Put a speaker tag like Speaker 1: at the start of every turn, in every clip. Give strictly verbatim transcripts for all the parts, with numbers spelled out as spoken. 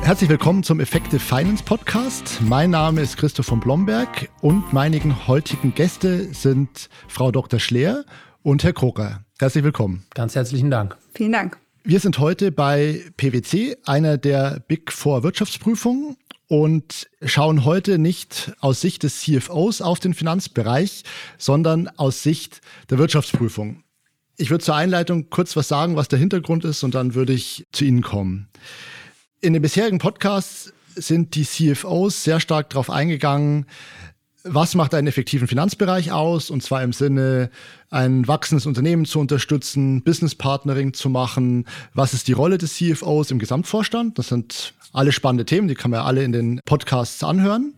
Speaker 1: Herzlich willkommen zum Effective Finance Podcast. Mein Name ist Christoph von Blomberg und meine heutigen Gäste sind Frau Doktor Schleer und Herr Kroker. Herzlich willkommen.
Speaker 2: Ganz herzlichen Dank.
Speaker 3: Vielen Dank.
Speaker 1: Wir sind heute bei PwC, einer der Big Four Wirtschaftsprüfungen, und schauen heute nicht aus Sicht des C F Os auf den Finanzbereich, sondern aus Sicht der Wirtschaftsprüfung. Ich würde zur Einleitung kurz was sagen, was der Hintergrund ist, und dann würde ich zu Ihnen kommen. In den bisherigen Podcasts sind die C F Os sehr stark darauf eingegangen, was macht einen effektiven Finanzbereich aus, und zwar im Sinne, ein wachsendes Unternehmen zu unterstützen, Business Partnering zu machen, was ist die Rolle des C F Os im Gesamtvorstand. Das sind alle spannende Themen, die kann man ja alle in den Podcasts anhören.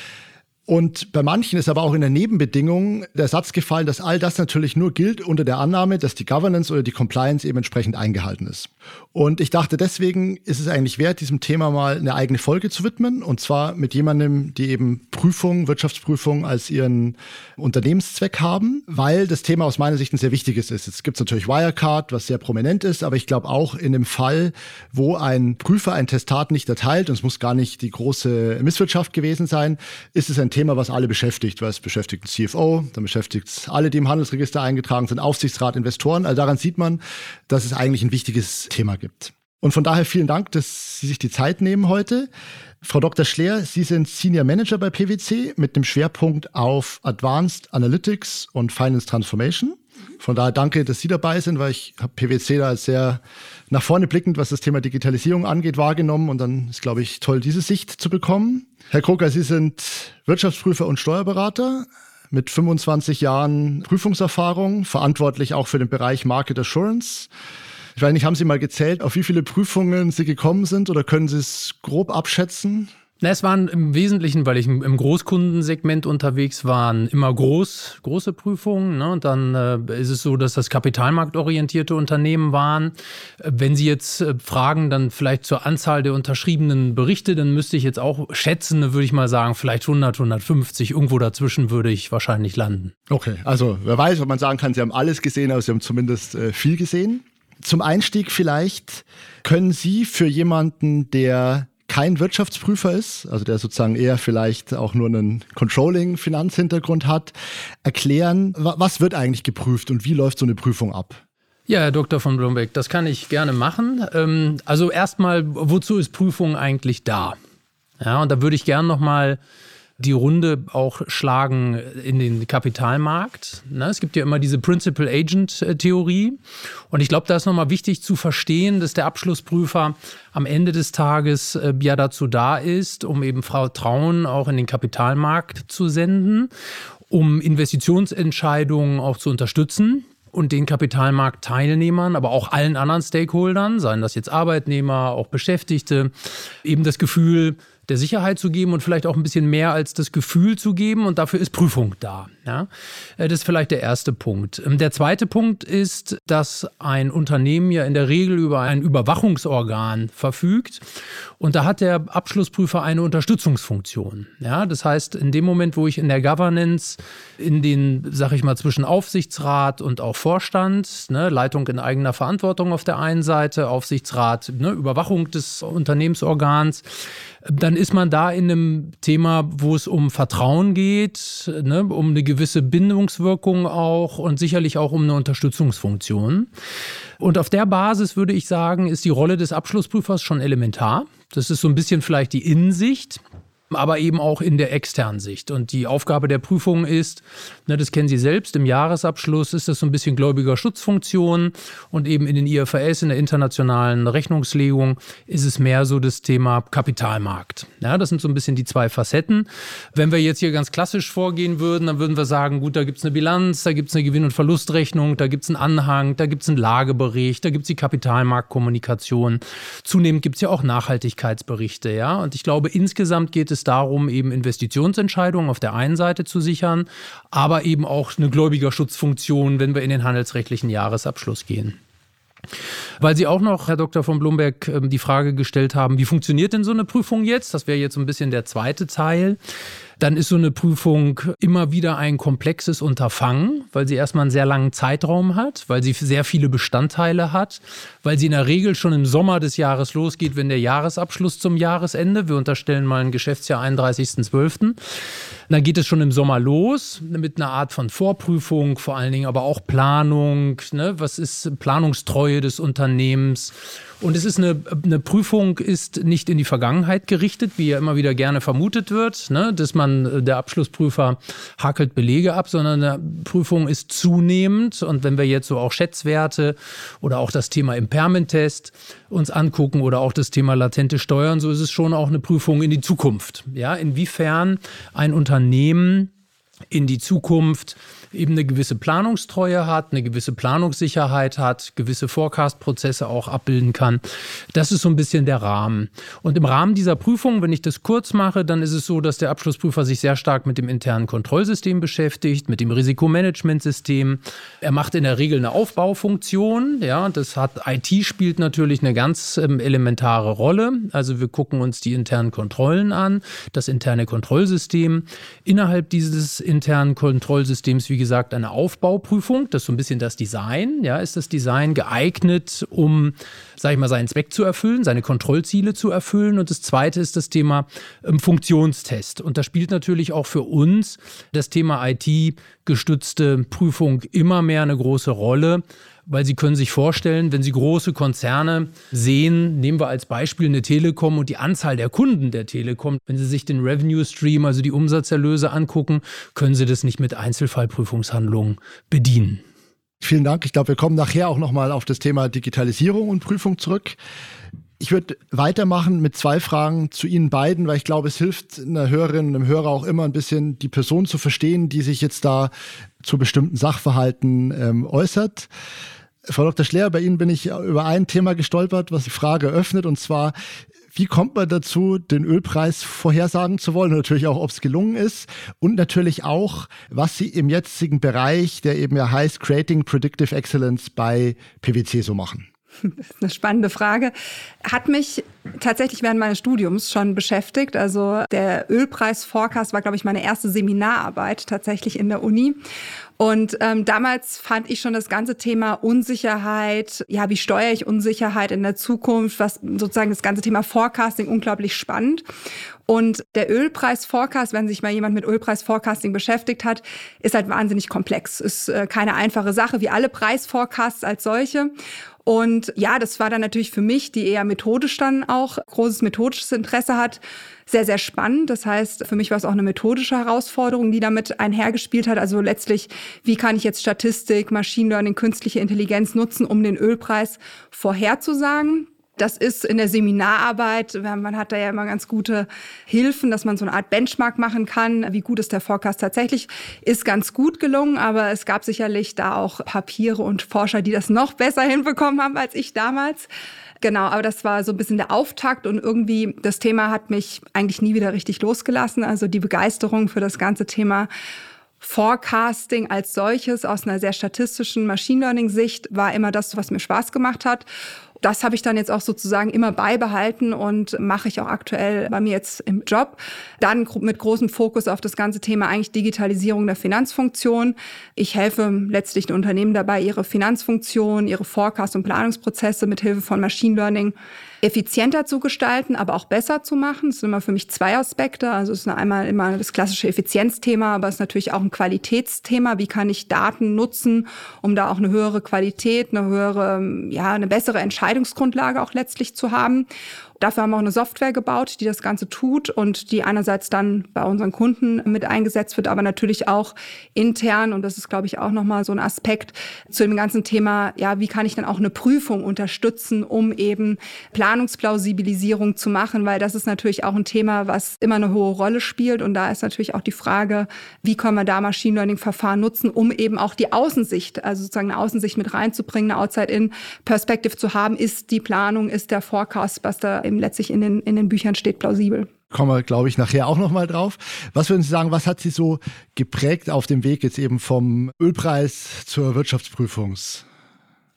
Speaker 1: Und bei manchen ist aber auch in der Nebenbedingung der Satz gefallen, dass all das natürlich nur gilt unter der Annahme, dass die Governance oder die Compliance eben entsprechend eingehalten ist. Und ich dachte, deswegen ist es eigentlich wert, diesem Thema mal eine eigene Folge zu widmen, und zwar mit jemandem, die eben Prüfung, Wirtschaftsprüfung als ihren Unternehmenszweck haben, weil das Thema aus meiner Sicht ein sehr wichtiges ist. Jetzt gibt es natürlich Wirecard, was sehr prominent ist, aber ich glaube auch in dem Fall, wo ein Prüfer ein Testat nicht erteilt, und es muss gar nicht die große Misswirtschaft gewesen sein, ist es ein Thema, was alle beschäftigt, weil es beschäftigt den C F O, dann beschäftigt es alle, die im Handelsregister eingetragen sind, Aufsichtsrat, Investoren. Also daran sieht man, dass es eigentlich ein wichtiges Thema gibt. Und von daher vielen Dank, dass Sie sich die Zeit nehmen heute. Frau Doktor Schleer, Sie sind Senior Manager bei PwC mit dem Schwerpunkt auf Advanced Analytics und Finance Transformation. Von daher danke, dass Sie dabei sind, weil ich habe PwC da als sehr nach vorne blickend, was das Thema Digitalisierung angeht, wahrgenommen. Und dann ist, glaube ich, toll, diese Sicht zu bekommen. Herr Kroker, Sie sind Wirtschaftsprüfer und Steuerberater mit fünfundzwanzig Jahren Prüfungserfahrung, verantwortlich auch für den Bereich Market Assurance. Ich weiß nicht, haben Sie mal gezählt, auf wie viele Prüfungen Sie gekommen sind, oder können Sie es grob abschätzen?
Speaker 2: Na, es waren im Wesentlichen, weil ich im Großkundensegment unterwegs war, immer groß, große Prüfungen. Ne? Und dann äh, ist es so, dass das kapitalmarktorientierte Unternehmen waren. Wenn Sie jetzt äh, fragen, dann vielleicht zur Anzahl der unterschriebenen Berichte, dann müsste ich jetzt auch schätzen, dann würde ich mal sagen, vielleicht hundert, hundertfünfzig, irgendwo dazwischen würde ich wahrscheinlich landen.
Speaker 1: Okay, also wer weiß, ob man sagen kann, Sie haben alles gesehen, aber Sie haben zumindest äh, viel gesehen. Zum Einstieg vielleicht, können Sie für jemanden, der kein Wirtschaftsprüfer ist, also der sozusagen eher vielleicht auch nur einen Controlling-Finanzhintergrund hat, erklären, was wird eigentlich geprüft und wie läuft so eine Prüfung ab?
Speaker 2: Ja, Herr Doktor von Blomberg, das kann ich gerne machen. Also erstmal, wozu ist Prüfung eigentlich da? Ja, und da würde ich gerne nochmal die Runde auch schlagen in den Kapitalmarkt. Es gibt ja immer diese Principal-Agent-Theorie. Und ich glaube, da ist nochmal wichtig zu verstehen, dass der Abschlussprüfer am Ende des Tages ja dazu da ist, um eben Vertrauen auch in den Kapitalmarkt zu senden, um Investitionsentscheidungen auch zu unterstützen und den Kapitalmarktteilnehmern, aber auch allen anderen Stakeholdern, seien das jetzt Arbeitnehmer, auch Beschäftigte, eben das Gefühl der Sicherheit zu geben und vielleicht auch ein bisschen mehr als das Gefühl zu geben. Und dafür ist Prüfung da. Ja? Das ist vielleicht der erste Punkt. Der zweite Punkt ist, dass ein Unternehmen ja in der Regel über ein Überwachungsorgan verfügt. Und da hat der Abschlussprüfer eine Unterstützungsfunktion. Ja? Das heißt, in dem Moment, wo ich in der Governance, in den, sag ich mal, zwischen Aufsichtsrat und auch Vorstand, ne, Leitung in eigener Verantwortung auf der einen Seite, Aufsichtsrat, ne, Überwachung des Unternehmensorgans, dann ist man da in einem Thema, wo es um Vertrauen geht, ne, um eine gewisse Bindungswirkung auch und sicherlich auch um eine Unterstützungsfunktion. Und auf der Basis würde ich sagen, ist die Rolle des Abschlussprüfers schon elementar. Das ist so ein bisschen vielleicht die Innensicht, aber eben auch in der externen Sicht. Und die Aufgabe der Prüfung ist, ne, das kennen Sie selbst, im Jahresabschluss ist das so ein bisschen Gläubigerschutzfunktion, und eben in den I F R S, in der internationalen Rechnungslegung, ist es mehr so das Thema Kapitalmarkt. Ja, das sind so ein bisschen die zwei Facetten. Wenn wir jetzt hier ganz klassisch vorgehen würden, dann würden wir sagen, gut, da gibt es eine Bilanz, da gibt es eine Gewinn- und Verlustrechnung, da gibt es einen Anhang, da gibt es einen Lagebericht, da gibt es die Kapitalmarktkommunikation. Zunehmend gibt es ja auch Nachhaltigkeitsberichte. Ja? Und ich glaube, insgesamt geht es darum, eben Investitionsentscheidungen auf der einen Seite zu sichern, aber eben auch eine Gläubigerschutzfunktion, wenn wir in den handelsrechtlichen Jahresabschluss gehen. Weil Sie auch noch, Herr Doktor von Blomberg, die Frage gestellt haben, wie funktioniert denn so eine Prüfung jetzt? Das wäre jetzt so ein bisschen der zweite Teil. dann ist so eine Prüfung immer wieder ein komplexes Unterfangen, weil sie erstmal einen sehr langen Zeitraum hat, weil sie sehr viele Bestandteile hat, weil sie in der Regel schon im Sommer des Jahres losgeht, wenn der Jahresabschluss zum Jahresende, wir unterstellen mal ein Geschäftsjahr einunddreißigsten zwölften Dann geht es schon im Sommer los mit einer Art von Vorprüfung, vor allen Dingen aber auch Planung. Ne? Was ist Planungstreue des Unternehmens? Und es ist eine, eine Prüfung, ist nicht in die Vergangenheit gerichtet, wie ja immer wieder gerne vermutet wird, ne? Dass man, der Abschlussprüfer hakelt Belege ab, sondern eine Prüfung ist zunehmend. Und wenn wir jetzt so auch Schätzwerte oder auch das Thema Impairment-Test uns angucken oder auch das Thema latente Steuern, so ist es schon auch eine Prüfung in die Zukunft. Ja, inwiefern ein Unternehmen in die Zukunft eben eine gewisse Planungstreue hat, eine gewisse Planungssicherheit hat, gewisse Forecast-Prozesse auch abbilden kann. Das ist so ein bisschen der Rahmen. Und im Rahmen dieser Prüfung, wenn ich das kurz mache, dann ist es so, dass der Abschlussprüfer sich sehr stark mit dem internen Kontrollsystem beschäftigt, mit dem Risikomanagementsystem. Er macht in der Regel eine Aufbaufunktion. Ja, das hat I T spielt natürlich eine ganz ähm, elementare Rolle. Also wir gucken uns die internen Kontrollen an, das interne Kontrollsystem. Innerhalb dieses internen Kontrollsystems, wie gesagt, eine Aufbauprüfung. Das ist so ein bisschen das Design. Ja, ist das Design geeignet, um, sage ich mal, seinen Zweck zu erfüllen, seine Kontrollziele zu erfüllen? Und das Zweite ist das Thema ähm, Funktionstest. Und da spielt natürlich auch für uns das Thema I T-gestützte Prüfung immer mehr eine große Rolle. Weil Sie können sich vorstellen, wenn Sie große Konzerne sehen, nehmen wir als Beispiel eine Telekom und die Anzahl der Kunden der Telekom, wenn Sie sich den Revenue Stream, also die Umsatzerlöse angucken, können Sie das nicht mit Einzelfallprüfungshandlungen bedienen.
Speaker 1: Vielen Dank. Ich glaube, wir kommen nachher auch nochmal auf das Thema Digitalisierung und Prüfung zurück. Ich würde weitermachen mit zwei Fragen zu Ihnen beiden, weil ich glaube, es hilft einer Hörerin und einem Hörer auch immer ein bisschen, die Person zu verstehen, die sich jetzt da zu bestimmten Sachverhalten ähm, äußert. Frau Doktor Schleer, bei Ihnen bin ich über ein Thema gestolpert, was die Frage öffnet, und zwar, wie kommt man dazu, den Ölpreis vorhersagen zu wollen? Und natürlich auch, ob es gelungen ist. Und natürlich auch, was Sie im jetzigen Bereich, der eben ja heißt Creating Predictive Excellence bei P W C so machen.
Speaker 3: Das ist eine spannende Frage. Hat mich tatsächlich während meines Studiums schon beschäftigt. Also der Ölpreis-Forecast war, glaube ich, meine erste Seminararbeit tatsächlich in der Uni. Und ähm, damals fand ich schon das ganze Thema Unsicherheit, ja, wie steuere ich Unsicherheit in der Zukunft, was sozusagen das ganze Thema Forecasting unglaublich spannend. Und der Ölpreis-Forecast, wenn sich mal jemand mit Ölpreis-Forecasting beschäftigt hat, ist halt wahnsinnig komplex. Ist äh, keine einfache Sache, wie alle Preis-Forecasts als solche. Und ja, das war dann natürlich für mich, die eher methodisch dann auch großes methodisches Interesse hat, sehr, sehr spannend. Das heißt, für mich war es auch eine methodische Herausforderung, die damit einhergespielt hat. Also letztlich, wie kann ich jetzt Statistik, Machine Learning, künstliche Intelligenz nutzen, um den Ölpreis vorherzusagen? Das ist in der Seminararbeit, man hat da ja immer ganz gute Hilfen, dass man so eine Art Benchmark machen kann. Wie gut ist der Forecast tatsächlich? Ist ganz gut gelungen, aber es gab sicherlich da auch Papiere und Forscher, die das noch besser hinbekommen haben als ich damals. Genau, aber das war so ein bisschen der Auftakt und irgendwie das Thema hat mich eigentlich nie wieder richtig losgelassen. Also die Begeisterung für das ganze Thema Forecasting als solches aus einer sehr statistischen Machine Learning Sicht war immer das, was mir Spaß gemacht hat. Das habe ich dann jetzt auch sozusagen immer beibehalten und mache ich auch aktuell bei mir jetzt im Job. Dann mit großem Fokus auf das ganze Thema eigentlich Digitalisierung der Finanzfunktion. Ich helfe letztlich den Unternehmen dabei, ihre Finanzfunktion, ihre Forecast- und Planungsprozesse mit Hilfe von Machine Learning effizienter zu gestalten, aber auch besser zu machen. Das sind immer für mich zwei Aspekte. Also es ist einmal immer das klassische Effizienzthema, aber es ist natürlich auch ein Qualitätsthema. Wie kann ich Daten nutzen, um da auch eine höhere Qualität, eine höhere, ja, eine bessere Entscheidungsgrundlage auch letztlich zu haben. Dafür haben wir auch eine Software gebaut, die das Ganze tut und die einerseits dann bei unseren Kunden mit eingesetzt wird, aber natürlich auch intern. Und das ist, glaube ich, auch nochmal so ein Aspekt zu dem ganzen Thema, ja, wie kann ich dann auch eine Prüfung unterstützen, um eben Planungsplausibilisierung zu machen, weil das ist natürlich auch ein Thema, was immer eine hohe Rolle spielt. Und da ist natürlich auch die Frage, wie können wir da Machine Learning-Verfahren nutzen, um eben auch die Außensicht, also sozusagen eine Außensicht mit reinzubringen, eine Outside-In-Perspective zu haben. Ist die Planung, ist der Forecast, was da eben letztlich in den, in den Büchern steht, plausibel.
Speaker 1: Kommen wir, glaube ich, nachher auch nochmal drauf. Was würden Sie sagen, was hat Sie so geprägt auf dem Weg jetzt eben vom Ölpreis zur Wirtschaftsprüfungs?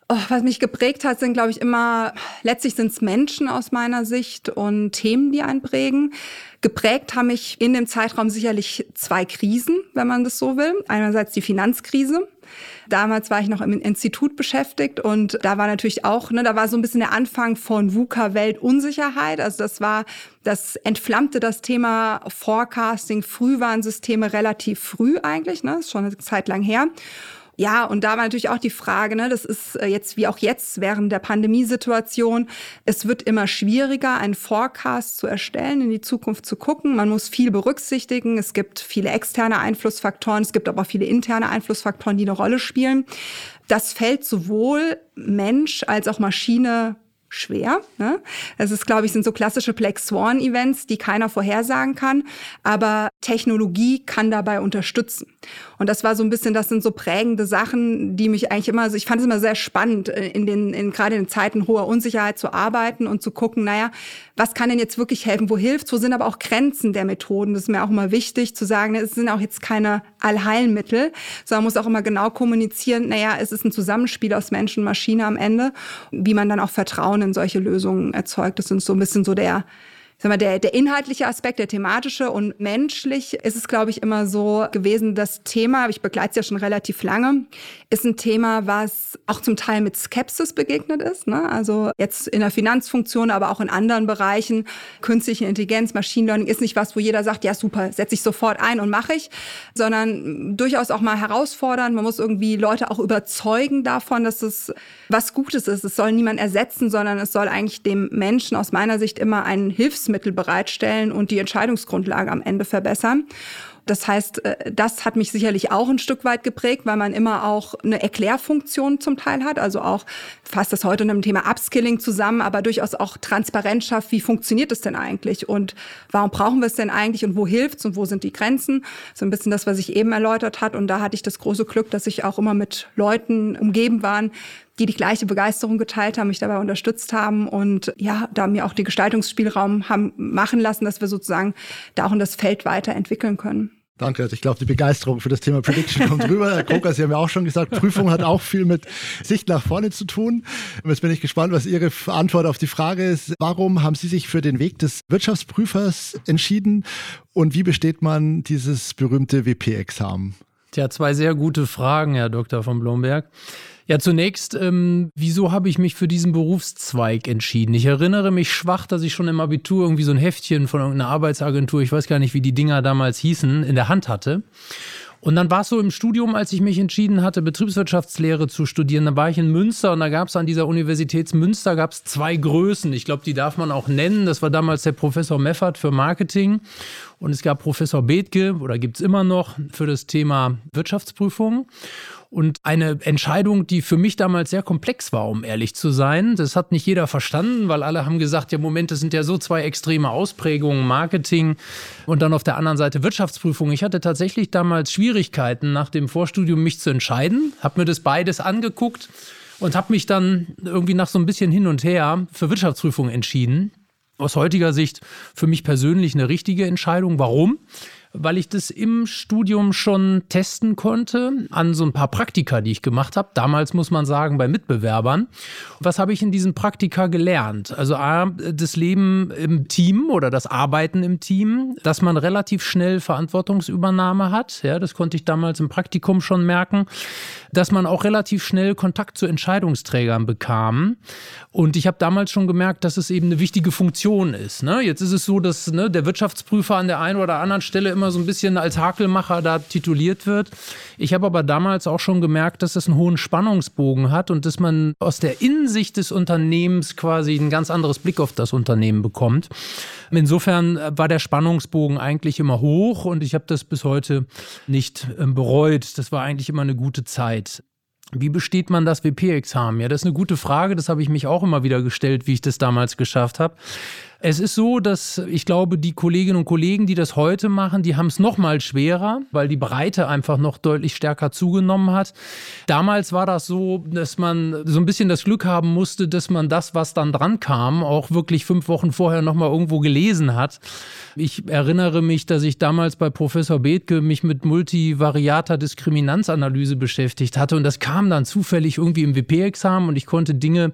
Speaker 3: Oh, was mich geprägt hat, sind, glaube ich, immer, letztlich sind es Menschen aus meiner Sicht und Themen, die einen prägen. Geprägt haben mich in dem Zeitraum sicherlich zwei Krisen, wenn man das so will. Einerseits die Finanzkrise. Damals war ich noch im Institut beschäftigt und da war natürlich auch, ne, da war so ein bisschen der Anfang von VUCA-Weltunsicherheit. Also das war, das entflammte das Thema Forecasting, Frühwarnsysteme relativ früh eigentlich, ne, ist schon eine Zeit lang her. Ja, und da war natürlich auch die Frage, ne, das ist jetzt wie auch jetzt während der Pandemiesituation, es wird immer schwieriger, einen Forecast zu erstellen, in die Zukunft zu gucken. Man muss viel berücksichtigen. Es gibt viele externe Einflussfaktoren, es gibt aber auch viele interne Einflussfaktoren, die eine Rolle spielen. Das fällt sowohl Mensch als auch Maschine schwer. Ne? Das ist, glaube ich, sind so klassische Black Swan Events, die keiner vorhersagen kann. Aber Technologie kann dabei unterstützen. Und das war so ein bisschen, das sind so prägende Sachen, die mich eigentlich immer, also ich fand es immer sehr spannend, in den, in, gerade in Zeiten hoher Unsicherheit zu arbeiten und zu gucken, naja, was kann denn jetzt wirklich helfen? Wo hilft's? Wo sind aber auch Grenzen der Methoden? Das ist mir auch immer wichtig zu sagen, es sind auch jetzt keine Allheilmittel, sondern man muss auch immer genau kommunizieren, naja, es ist ein Zusammenspiel aus Mensch und Maschine am Ende, wie man dann auch Vertrauen in solche Lösungen erzeugt. Das ist so ein bisschen so der, ich sag mal, der, der inhaltliche Aspekt, der thematische und menschlich ist es, glaube ich, immer so gewesen, das Thema, ich begleite es ja schon relativ lange, ist ein Thema, was auch zum Teil mit Skepsis begegnet ist. Ne? Also jetzt in der Finanzfunktion, aber auch in anderen Bereichen. Künstliche Intelligenz, Machine Learning ist nicht was, wo jeder sagt, ja super, setze ich sofort ein und mache ich, sondern durchaus auch mal herausfordern. Man muss irgendwie Leute auch überzeugen davon, dass es was Gutes ist. Es soll niemand ersetzen, sondern es soll eigentlich dem Menschen aus meiner Sicht immer einen Hilfs Mittel bereitstellen und die Entscheidungsgrundlage am Ende verbessern. Das heißt, das hat mich sicherlich auch ein Stück weit geprägt, weil man immer auch eine Erklärfunktion zum Teil hat. Also auch fasst das heute unter dem Thema Upskilling zusammen, aber durchaus auch Transparenz schafft, wie funktioniert es denn eigentlich und warum brauchen wir es denn eigentlich und wo hilft's und wo sind die Grenzen? So ein bisschen das, was ich eben erläutert hat. Und da hatte ich das große Glück, dass ich auch immer mit Leuten umgeben war, die die gleiche Begeisterung geteilt haben, mich dabei unterstützt haben und ja, da mir auch den Gestaltungsspielraum haben machen lassen, dass wir sozusagen da auch in das Feld weiterentwickeln können.
Speaker 1: Danke. Ich glaube, die Begeisterung für das Thema Prediction kommt rüber. Herr Kroker, Sie haben ja auch schon gesagt, Prüfung hat auch viel mit Sicht nach vorne zu tun. Und jetzt bin ich gespannt, was Ihre Antwort auf die Frage ist. Warum haben Sie sich für den Weg des Wirtschaftsprüfers entschieden und wie besteht man dieses berühmte W P-Examen?
Speaker 2: Tja, zwei sehr gute Fragen, Herr Doktor von Blomberg. Ja, zunächst, ähm, wieso habe ich mich für diesen Berufszweig entschieden? Ich erinnere mich schwach, dass ich schon im Abitur irgendwie so ein Heftchen von irgendeiner Arbeitsagentur, ich weiß gar nicht, wie die Dinger damals hießen, in der Hand hatte. Und dann war es so im Studium, als ich mich entschieden hatte, Betriebswirtschaftslehre zu studieren, da war ich in Münster und da gab es an dieser Universität Münster gab es zwei Größen. Ich glaube, die darf man auch nennen. Das war damals der Professor Meffert für Marketing und es gab Professor Bethke, oder gibt es immer noch, für das Thema Wirtschaftsprüfung. Und eine Entscheidung, die für mich damals sehr komplex war, um ehrlich zu sein. Das hat nicht jeder verstanden, weil alle haben gesagt, ja Moment, das sind ja so zwei extreme Ausprägungen, Marketing und dann auf der anderen Seite Wirtschaftsprüfung. Ich hatte tatsächlich damals Schwierigkeiten, nach dem Vorstudium mich zu entscheiden, habe mir das beides angeguckt und habe mich dann irgendwie nach so ein bisschen hin und her für Wirtschaftsprüfung entschieden. Aus heutiger Sicht für mich persönlich eine richtige Entscheidung. Warum? Weil ich das im Studium schon testen konnte an so ein paar Praktika, die ich gemacht habe. Damals muss man sagen, bei Mitbewerbern. Was habe ich in diesen Praktika gelernt? Also A, das Leben im Team oder das Arbeiten im Team, dass man relativ schnell Verantwortungsübernahme hat. Ja, das konnte ich damals im Praktikum schon merken. Dass man auch relativ schnell Kontakt zu Entscheidungsträgern bekam. Und ich habe damals schon gemerkt, dass es eben eine wichtige Funktion ist. Ne? Jetzt ist es so, dass ne, der Wirtschaftsprüfer an der einen oder anderen Stelle immer so ein bisschen als Hakelmacher da tituliert wird. Ich habe aber damals auch schon gemerkt, dass es einen hohen Spannungsbogen hat und dass man aus der Innensicht des Unternehmens quasi ein ganz anderes Blick auf das Unternehmen bekommt. Insofern war der Spannungsbogen eigentlich immer hoch und ich habe das bis heute nicht äh, bereut. Das war eigentlich immer eine gute Zeit. Wie besteht man das W P-Examen? Ja, das ist eine gute Frage. Das habe ich mich auch immer wieder gestellt, wie ich das damals geschafft habe. Es ist so, dass ich glaube, die Kolleginnen und Kollegen, die das heute machen, die haben es noch mal schwerer, weil die Breite einfach noch deutlich stärker zugenommen hat. Damals war das so, dass man so ein bisschen das Glück haben musste, dass man das, was dann dran kam, auch wirklich fünf Wochen vorher noch mal irgendwo gelesen hat. Ich erinnere mich, dass ich damals bei Professor Bethke mich mit multivariater Diskriminanzanalyse beschäftigt hatte und das kam dann zufällig irgendwie im W P-Examen und ich konnte Dinge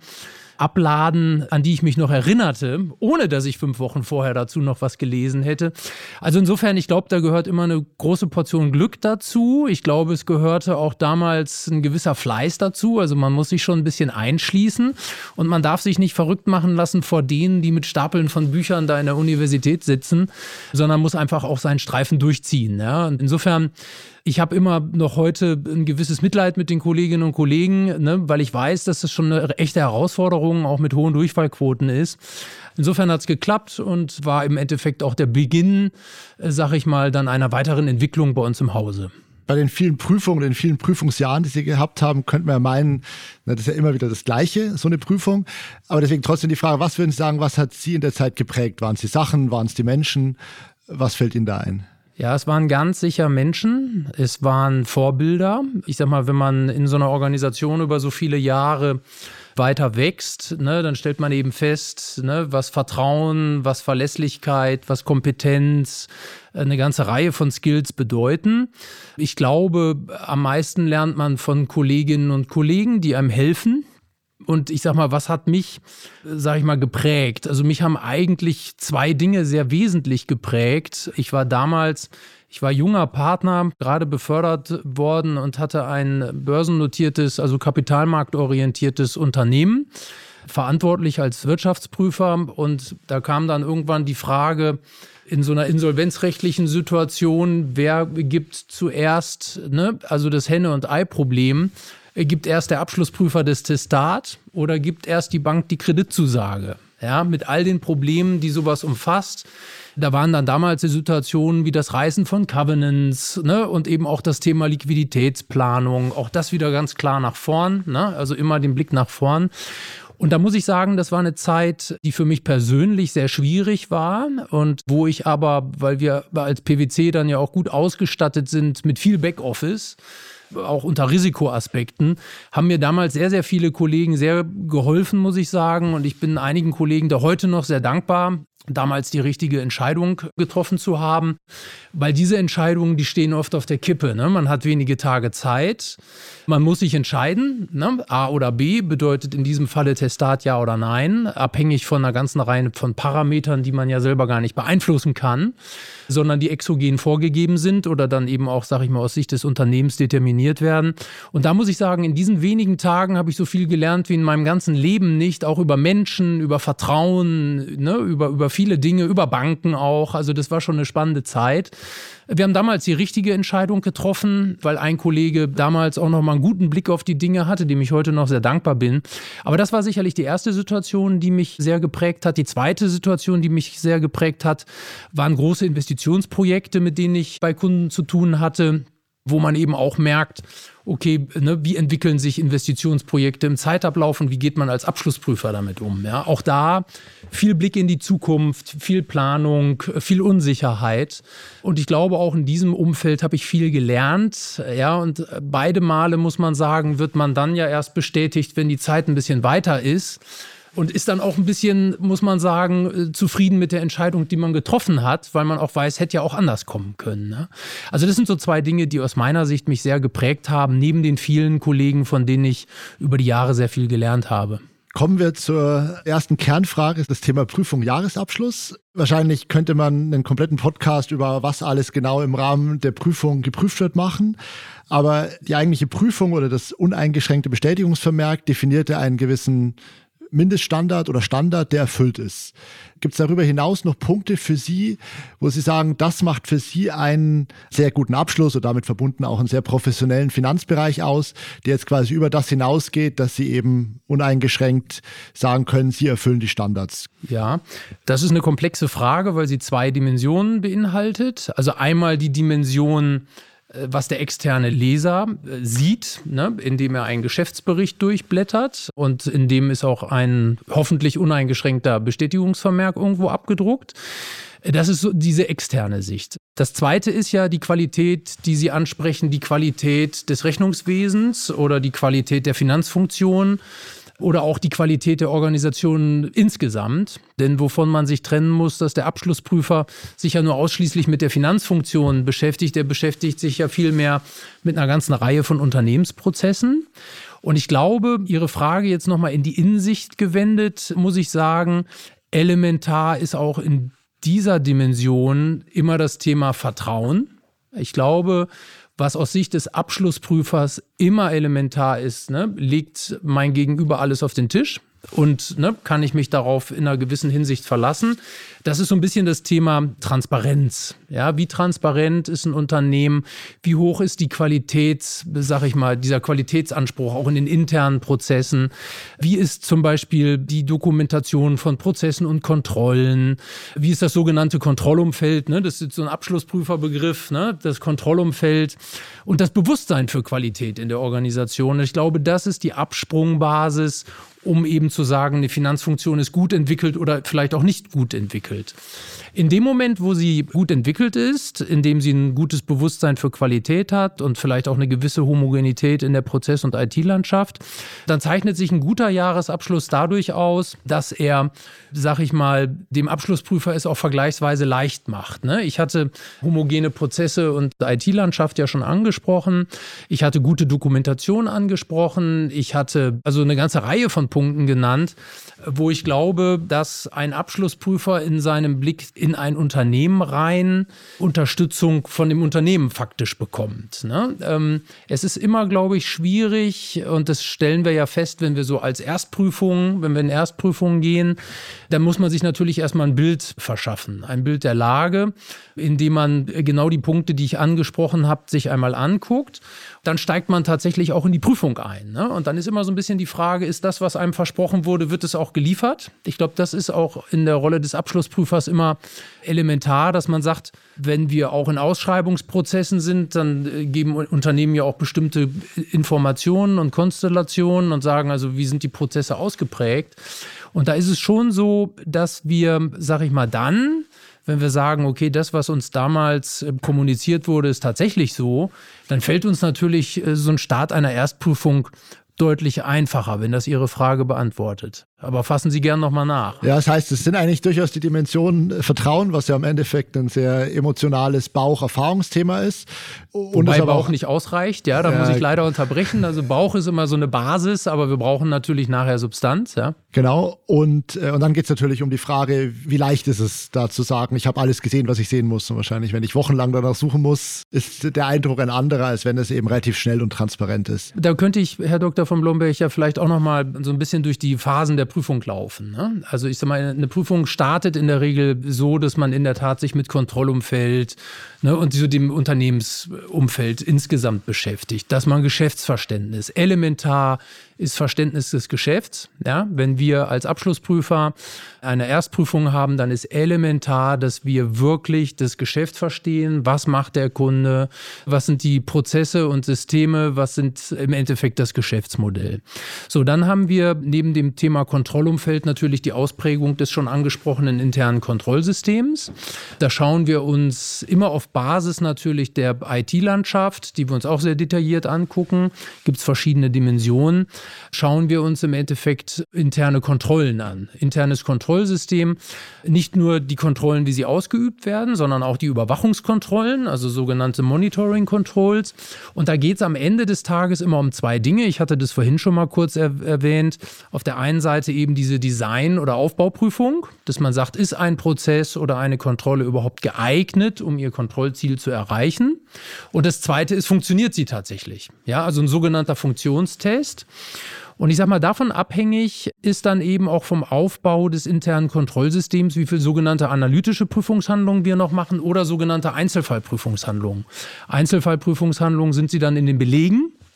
Speaker 2: abladen, an die ich mich noch erinnerte, ohne dass ich fünf Wochen vorher dazu noch was gelesen hätte. Also insofern, ich glaube, da gehört immer eine große Portion Glück dazu. Ich glaube, es gehörte auch damals ein gewisser Fleiß dazu. Also man muss sich schon ein bisschen einschließen und man darf sich nicht verrückt machen lassen vor denen, die mit Stapeln von Büchern da in der Universität sitzen, sondern muss einfach auch seinen Streifen durchziehen. Ja? Und insofern, ich habe immer noch heute ein gewisses Mitleid mit den Kolleginnen und Kollegen, ne, weil ich weiß, dass das schon eine echte Herausforderung auch mit hohen Durchfallquoten ist. Insofern hat es geklappt und war im Endeffekt auch der Beginn, äh, sag ich mal, dann einer weiteren Entwicklung bei uns im Hause.
Speaker 1: Bei den vielen Prüfungen, den vielen Prüfungsjahren, die Sie gehabt haben, könnte man ja meinen, na, das ist ja immer wieder das Gleiche, so eine Prüfung. Aber deswegen trotzdem die Frage, was würden Sie sagen, was hat Sie in der Zeit geprägt? Waren es die Sachen, waren es die Menschen? Was fällt Ihnen da ein?
Speaker 2: Ja, es waren ganz sicher Menschen, es waren Vorbilder. Ich sag mal, wenn man in so einer Organisation über so viele Jahre weiter wächst, ne, dann stellt man eben fest, ne, was Vertrauen, was Verlässlichkeit, was Kompetenz, eine ganze Reihe von Skills bedeuten. Ich glaube, am meisten lernt man von Kolleginnen und Kollegen, die einem helfen. Und ich sag mal, was hat mich, sag ich mal, geprägt? Also mich haben eigentlich zwei Dinge sehr wesentlich geprägt. Ich war damals, ich war junger Partner, gerade befördert worden und hatte ein börsennotiertes, also kapitalmarktorientiertes Unternehmen, verantwortlich als Wirtschaftsprüfer. Und da kam dann irgendwann die Frage, in so einer insolvenzrechtlichen Situation, wer gibt zuerst, ne, also das Henne- und Ei-Problem, gibt erst der Abschlussprüfer das Testat oder gibt erst die Bank die Kreditzusage? Ja, mit all den Problemen, die sowas umfasst. Da waren dann damals die Situationen wie das Reißen von Covenants, ne, und eben auch das Thema Liquiditätsplanung. Auch das wieder ganz klar nach vorn, ne, also immer den Blick nach vorn. Und da muss ich sagen, das war eine Zeit, die für mich persönlich sehr schwierig war und wo ich aber, weil wir als P W C dann ja auch gut ausgestattet sind mit viel Backoffice, auch unter Risikoaspekten, haben mir damals sehr, sehr viele Kollegen sehr geholfen, muss ich sagen. Und ich bin einigen Kollegen da heute noch sehr dankbar, damals die richtige Entscheidung getroffen zu haben. Weil diese Entscheidungen, die stehen oft auf der Kippe. Ne? Man hat wenige Tage Zeit. Man muss sich entscheiden, ne? A oder B bedeutet in diesem Falle Testat ja oder nein, abhängig von einer ganzen Reihe von Parametern, die man ja selber gar nicht beeinflussen kann, sondern die exogen vorgegeben sind oder dann eben auch, sag ich mal, aus Sicht des Unternehmens determiniert werden. Und da muss ich sagen, in diesen wenigen Tagen habe ich so viel gelernt wie in meinem ganzen Leben nicht, auch über Menschen, über Vertrauen, ne? über, über viele Dinge, über Banken auch. Also das war schon eine spannende Zeit. Wir haben damals die richtige Entscheidung getroffen, weil ein Kollege damals auch noch mal einen guten Blick auf die Dinge hatte, dem ich heute noch sehr dankbar bin. Aber das war sicherlich die erste Situation, die mich sehr geprägt hat. Die zweite Situation, die mich sehr geprägt hat, waren große Investitionsprojekte, mit denen ich bei Kunden zu tun hatte, wo man eben auch merkt, okay, ne, wie entwickeln sich Investitionsprojekte im Zeitablauf und wie geht man als Abschlussprüfer damit um? Ja? Auch da viel Blick in die Zukunft, viel Planung, viel Unsicherheit. Und ich glaube, auch in diesem Umfeld habe ich viel gelernt. Ja? Und beide Male, muss man sagen, wird man dann ja erst bestätigt, wenn die Zeit ein bisschen weiter ist. Und ist dann auch ein bisschen, muss man sagen, zufrieden mit der Entscheidung, die man getroffen hat, weil man auch weiß, hätte ja auch anders kommen können. Ne? Also das sind so zwei Dinge, die aus meiner Sicht mich sehr geprägt haben, neben den vielen Kollegen, von denen ich über die Jahre sehr viel gelernt habe.
Speaker 1: Kommen wir zur ersten Kernfrage, das Thema Prüfung Jahresabschluss. Wahrscheinlich könnte man einen kompletten Podcast über was alles genau im Rahmen der Prüfung geprüft wird machen. Aber die eigentliche Prüfung oder das uneingeschränkte Bestätigungsvermerk definierte einen gewissen Mindeststandard oder Standard, der erfüllt ist. Gibt es darüber hinaus noch Punkte für Sie, wo Sie sagen, das macht für Sie einen sehr guten Abschluss und damit verbunden auch einen sehr professionellen Finanzbereich aus, der jetzt quasi über das hinausgeht, dass Sie eben uneingeschränkt sagen können, Sie erfüllen die Standards?
Speaker 2: Ja, das ist eine komplexe Frage, weil sie zwei Dimensionen beinhaltet. Also einmal die Dimension was der externe Leser sieht, ne, indem er einen Geschäftsbericht durchblättert und in dem ist auch ein hoffentlich uneingeschränkter Bestätigungsvermerk irgendwo abgedruckt. Das ist so diese externe Sicht. Das zweite ist ja die Qualität, die Sie ansprechen, die Qualität des Rechnungswesens oder die Qualität der Finanzfunktion oder auch die Qualität der Organisation insgesamt. Denn wovon man sich trennen muss, dass der Abschlussprüfer sich ja nur ausschließlich mit der Finanzfunktion beschäftigt. Der beschäftigt sich ja viel mehr mit einer ganzen Reihe von Unternehmensprozessen. Und ich glaube, Ihre Frage jetzt nochmal in die Innensicht gewendet, muss ich sagen, elementar ist auch in dieser Dimension immer das Thema Vertrauen. Ich glaube, was aus Sicht des Abschlussprüfers immer elementar ist, ne, legt mein Gegenüber alles auf den Tisch und ne, kann ich mich darauf in einer gewissen Hinsicht verlassen. Das ist so ein bisschen das Thema Transparenz. Ja, wie transparent ist ein Unternehmen? Wie hoch ist die Qualität, sag ich mal, dieser Qualitätsanspruch auch in den internen Prozessen? Wie ist zum Beispiel die Dokumentation von Prozessen und Kontrollen? Wie ist das sogenannte Kontrollumfeld? Ne? Das ist so ein Abschlussprüferbegriff, ne? Das Kontrollumfeld und das Bewusstsein für Qualität in der Organisation. Ich glaube, das ist die Absprungbasis, um eben zu sagen, eine Finanzfunktion ist gut entwickelt oder vielleicht auch nicht gut entwickelt. In dem Moment, wo sie gut entwickelt ist, indem sie ein gutes Bewusstsein für Qualität hat und vielleicht auch eine gewisse Homogenität in der Prozess- und I T-Landschaft, dann zeichnet sich ein guter Jahresabschluss dadurch aus, dass er, sag ich mal, dem Abschlussprüfer es auch vergleichsweise leicht macht. Ne? Ich hatte homogene Prozesse und I T-Landschaft ja schon angesprochen. Ich hatte gute Dokumentation angesprochen. Ich hatte also eine ganze Reihe von Punkten genannt, wo ich glaube, dass ein Abschlussprüfer in seinem Blick in ein Unternehmen rein Unterstützung von dem Unternehmen faktisch bekommt. Ne? Ähm, es ist immer, glaube ich, schwierig und das stellen wir ja fest, wenn wir so als Erstprüfung, wenn wir in Erstprüfungen gehen, dann muss man sich natürlich erstmal ein Bild verschaffen, ein Bild der Lage, indem man genau die Punkte, die ich angesprochen habe, sich einmal anguckt. Dann steigt man tatsächlich auch in die Prüfung ein. Ne? Und dann ist immer so ein bisschen die Frage, ist das, was einem versprochen wurde, wird es auch geliefert? Ich glaube, das ist auch in der Rolle des Abschlussprüfers immer elementar, dass man sagt, wenn wir auch in Ausschreibungsprozessen sind, dann geben Unternehmen ja auch bestimmte Informationen und Konstellationen und sagen also, wie sind die Prozesse ausgeprägt? Und da ist es schon so, dass wir, sag ich mal, dann, wenn wir sagen, okay, das, was uns damals kommuniziert wurde, ist tatsächlich so, dann fällt uns natürlich so ein Start einer Erstprüfung deutlich einfacher, wenn das Ihre Frage beantwortet. Aber fassen Sie gern nochmal nach.
Speaker 1: Ja, das heißt, es sind eigentlich durchaus die Dimensionen Vertrauen, was ja im Endeffekt ein sehr emotionales Bauch-Erfahrungsthema ist. Und
Speaker 2: Wobei
Speaker 1: aber
Speaker 2: Bauch
Speaker 1: auch
Speaker 2: nicht ausreicht, ja, da äh, muss ich leider unterbrechen. Also Bauch ist immer so eine Basis, aber wir brauchen natürlich nachher Substanz, ja.
Speaker 1: Genau, und, und dann geht es natürlich um die Frage, wie leicht ist es da zu sagen, ich habe alles gesehen, was ich sehen muss. Und wahrscheinlich, wenn ich wochenlang danach suchen muss, ist der Eindruck ein anderer, als wenn es eben relativ schnell und transparent ist.
Speaker 2: Da könnte ich, Herr Doktor von Blomberg, ja vielleicht auch nochmal so ein bisschen durch die Phasen der Prüfung laufen. Ne? Also ich sag mal, eine Prüfung startet in der Regel so, dass man in der Tat sich mit Kontrollumfeld, ne, und so dem Unternehmensumfeld insgesamt beschäftigt, dass man Geschäftsverständnis, elementar ist Verständnis des Geschäfts. Ja? Wenn wir als Abschlussprüfer eine Erstprüfung haben, dann ist elementar, dass wir wirklich das Geschäft verstehen. Was macht der Kunde? Was sind die Prozesse und Systeme? Was sind im Endeffekt das Geschäftsmodell? So, dann haben wir neben dem Thema Kontrollumfeld natürlich die Ausprägung des schon angesprochenen internen Kontrollsystems. Da schauen wir uns immer auf Basis natürlich der I T-Landschaft, die wir uns auch sehr detailliert angucken, gibt es verschiedene Dimensionen. Schauen wir uns im Endeffekt interne Kontrollen an. Internes Kontrollsystem, nicht nur die Kontrollen, wie sie ausgeübt werden, sondern auch die Überwachungskontrollen, also sogenannte Monitoring Controls. Und da geht es am Ende des Tages immer um zwei Dinge. Ich hatte das vorhin schon mal kurz er- erwähnt. Auf der einen Seite eben diese Design- oder Aufbauprüfung, dass man sagt, ist ein Prozess oder eine Kontrolle überhaupt geeignet, um ihr Kontrollziel zu erreichen? Und das zweite ist, funktioniert sie tatsächlich? Ja, also ein sogenannter Funktionstest. Und ich sag mal, davon abhängig ist dann eben auch vom Aufbau des internen Kontrollsystems, wie viel sogenannte analytische Prüfungshandlungen wir noch machen oder sogenannte Einzelfallprüfungshandlungen. Einzelfallprüfungshandlungen sind sie dann in den Belegen.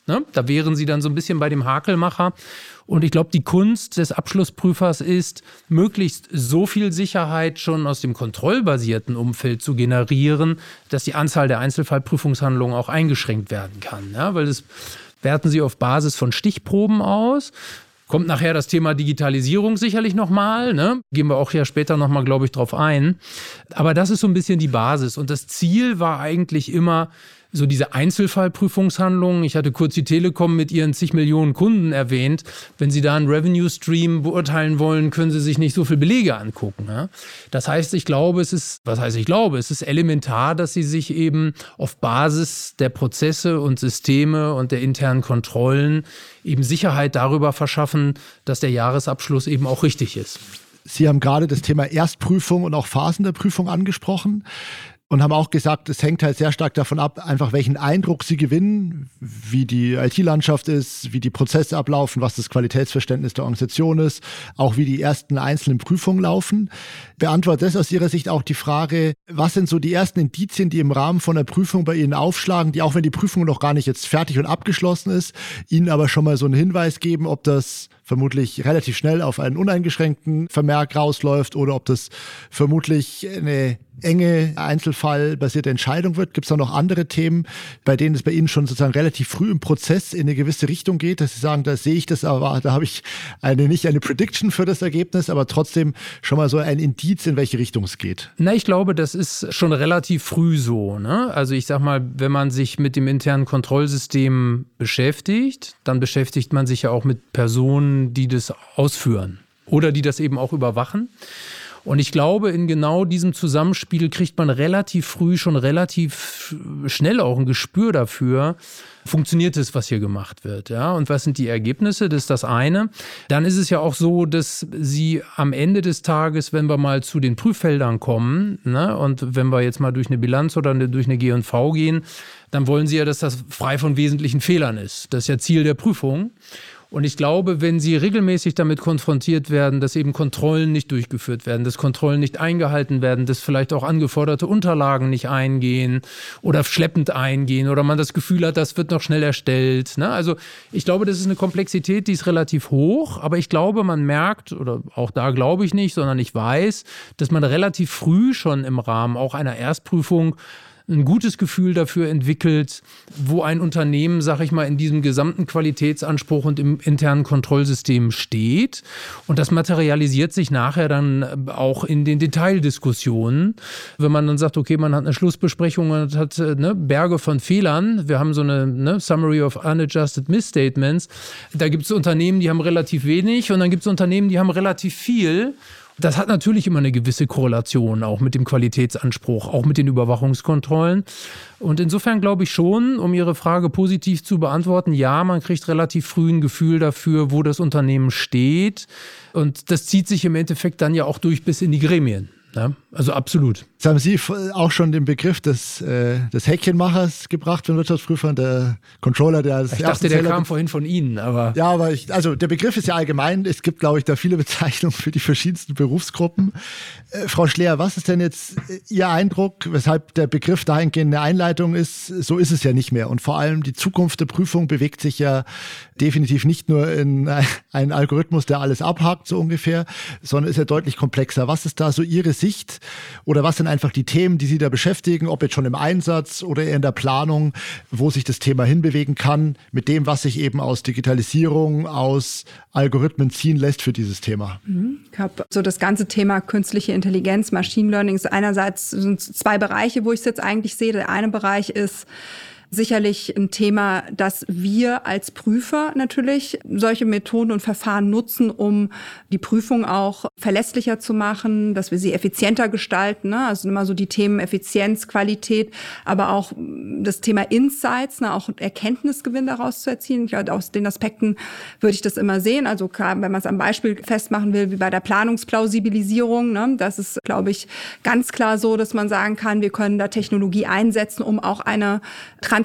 Speaker 2: Ne? Da wären sie dann so ein bisschen bei dem Hakelmacher. Und ich glaube, die Kunst des Abschlussprüfers ist, möglichst so viel Sicherheit schon aus dem kontrollbasierten Umfeld zu generieren, dass die Anzahl der Einzelfallprüfungshandlungen auch eingeschränkt werden kann. Ja, weil das werten sie auf Basis von Stichproben aus. Kommt nachher das Thema Digitalisierung sicherlich nochmal, ne? Gehen wir auch ja später nochmal, glaube ich, drauf ein. Aber das ist so ein bisschen die Basis. Und das Ziel war eigentlich immer, so diese Einzelfallprüfungshandlungen. Ich hatte kurz die Telekom mit ihren zig Millionen Kunden erwähnt. Wenn Sie da einen Revenue-Stream beurteilen wollen, können Sie sich nicht so viele Belege angucken. Ja? Das heißt, ich glaube, es ist, was heißt ich glaube, es ist elementar, dass Sie sich eben auf Basis der Prozesse und Systeme und der internen Kontrollen eben Sicherheit darüber verschaffen, dass der Jahresabschluss eben auch richtig ist.
Speaker 1: Sie haben gerade das Thema Erstprüfung und auch Phasen der Prüfung angesprochen. Und haben auch gesagt, es hängt halt sehr stark davon ab, einfach welchen Eindruck sie gewinnen, wie die I T-Landschaft ist, wie die Prozesse ablaufen, was das Qualitätsverständnis der Organisation ist, auch wie die ersten einzelnen Prüfungen laufen. Beantwortet das aus Ihrer Sicht auch die Frage, was sind so die ersten Indizien, die im Rahmen von der Prüfung bei Ihnen aufschlagen, die auch wenn die Prüfung noch gar nicht jetzt fertig und abgeschlossen ist, Ihnen aber schon mal so einen Hinweis geben, ob das vermutlich relativ schnell auf einen uneingeschränkten Vermerk rausläuft oder ob das vermutlich eine enge, einzelfallbasierte Entscheidung wird. Gibt es da noch andere Themen, bei denen es bei Ihnen schon sozusagen relativ früh im Prozess in eine gewisse Richtung geht, dass Sie sagen, da sehe ich das, aber da habe ich eine, nicht eine Prediction für das Ergebnis, aber trotzdem schon mal so ein Indiz, in welche Richtung es geht?
Speaker 2: Na, ich glaube, das ist schon relativ früh so. Ne? Also ich sag mal, wenn man sich mit dem internen Kontrollsystem beschäftigt, dann beschäftigt man sich ja auch mit Personen, die das ausführen oder die das eben auch überwachen. Und ich glaube, in genau diesem Zusammenspiel kriegt man relativ früh schon relativ schnell auch ein Gespür dafür, funktioniert es, was hier gemacht wird, ja? Und was sind die Ergebnisse? Das ist das eine. Dann ist es ja auch so, dass Sie am Ende des Tages, wenn wir mal zu den Prüffeldern kommen, ne, und wenn wir jetzt mal durch eine Bilanz oder eine, durch eine G und V gehen, dann wollen Sie ja, dass das frei von wesentlichen Fehlern ist. Das ist ja Ziel der Prüfung. Und ich glaube, wenn Sie regelmäßig damit konfrontiert werden, dass eben Kontrollen nicht durchgeführt werden, dass Kontrollen nicht eingehalten werden, dass vielleicht auch angeforderte Unterlagen nicht eingehen oder schleppend eingehen oder man das Gefühl hat, das wird noch schnell erstellt. Ne? Also ich glaube, das ist eine Komplexität, die ist relativ hoch, aber ich glaube, man merkt, oder auch da glaube ich nicht, sondern ich weiß, dass man relativ früh schon im Rahmen auch einer Erstprüfung ein gutes Gefühl dafür entwickelt, wo ein Unternehmen, sag ich mal, in diesem gesamten Qualitätsanspruch und im internen Kontrollsystem steht. Und das materialisiert sich nachher dann auch in den Detaildiskussionen. Wenn man dann sagt, okay, man hat eine Schlussbesprechung und hat ne, Berge von Fehlern. Wir haben so eine ne, Summary of Unadjusted Misstatements. Da gibt es Unternehmen, die haben relativ wenig und dann gibt es Unternehmen, die haben relativ viel. Das hat natürlich immer eine gewisse Korrelation, auch mit dem Qualitätsanspruch, auch mit den Überwachungskontrollen. Und insofern glaube ich schon, um Ihre Frage positiv zu beantworten, ja, man kriegt relativ früh ein Gefühl dafür, wo das Unternehmen steht. Und das zieht sich im Endeffekt dann ja auch durch bis in die Gremien. Ja, also absolut.
Speaker 1: Jetzt haben Sie auch schon den Begriff des, äh, des Häkchenmachers gebracht von Wirtschaftsprüfern, der Controller, der als
Speaker 2: Ich dachte, der kam vorhin von Ihnen, aber...
Speaker 1: Ja, aber ich, also der Begriff ist ja allgemein. Es gibt, glaube ich, da viele Bezeichnungen für die verschiedensten Berufsgruppen. Äh, Frau Schleer, was ist denn jetzt Ihr Eindruck, weshalb der Begriff dahingehend eine Einleitung ist? So ist es ja nicht mehr. Und vor allem die Zukunft der Prüfung bewegt sich ja definitiv nicht nur in einen Algorithmus, der alles abhakt, so ungefähr, sondern ist ja deutlich komplexer. Was ist da so Ihre Sicht oder was sind einfach die Themen, die Sie da beschäftigen, ob jetzt schon im Einsatz oder eher in der Planung, wo sich das Thema hinbewegen kann, mit dem, was sich eben aus Digitalisierung, aus Algorithmen ziehen lässt für dieses Thema?
Speaker 3: Ich glaube, so das ganze Thema künstliche Intelligenz, Machine Learning ist einerseits sind zwei Bereiche, wo ich es jetzt eigentlich sehe. Der eine Bereich ist sicherlich ein Thema, dass wir als Prüfer natürlich solche Methoden und Verfahren nutzen, um die Prüfung auch verlässlicher zu machen, dass wir sie effizienter gestalten. Ne? Also immer so die Themen Effizienz, Qualität, aber auch das Thema Insights, ne? Auch Erkenntnisgewinn daraus zu erzielen. Ich glaube, aus den Aspekten würde ich das immer sehen. Also klar, wenn man es am Beispiel festmachen will, wie bei der Planungsplausibilisierung, ne? Das ist, glaube ich, ganz klar so, dass man sagen kann, wir können da Technologie einsetzen, um auch eine Transparenz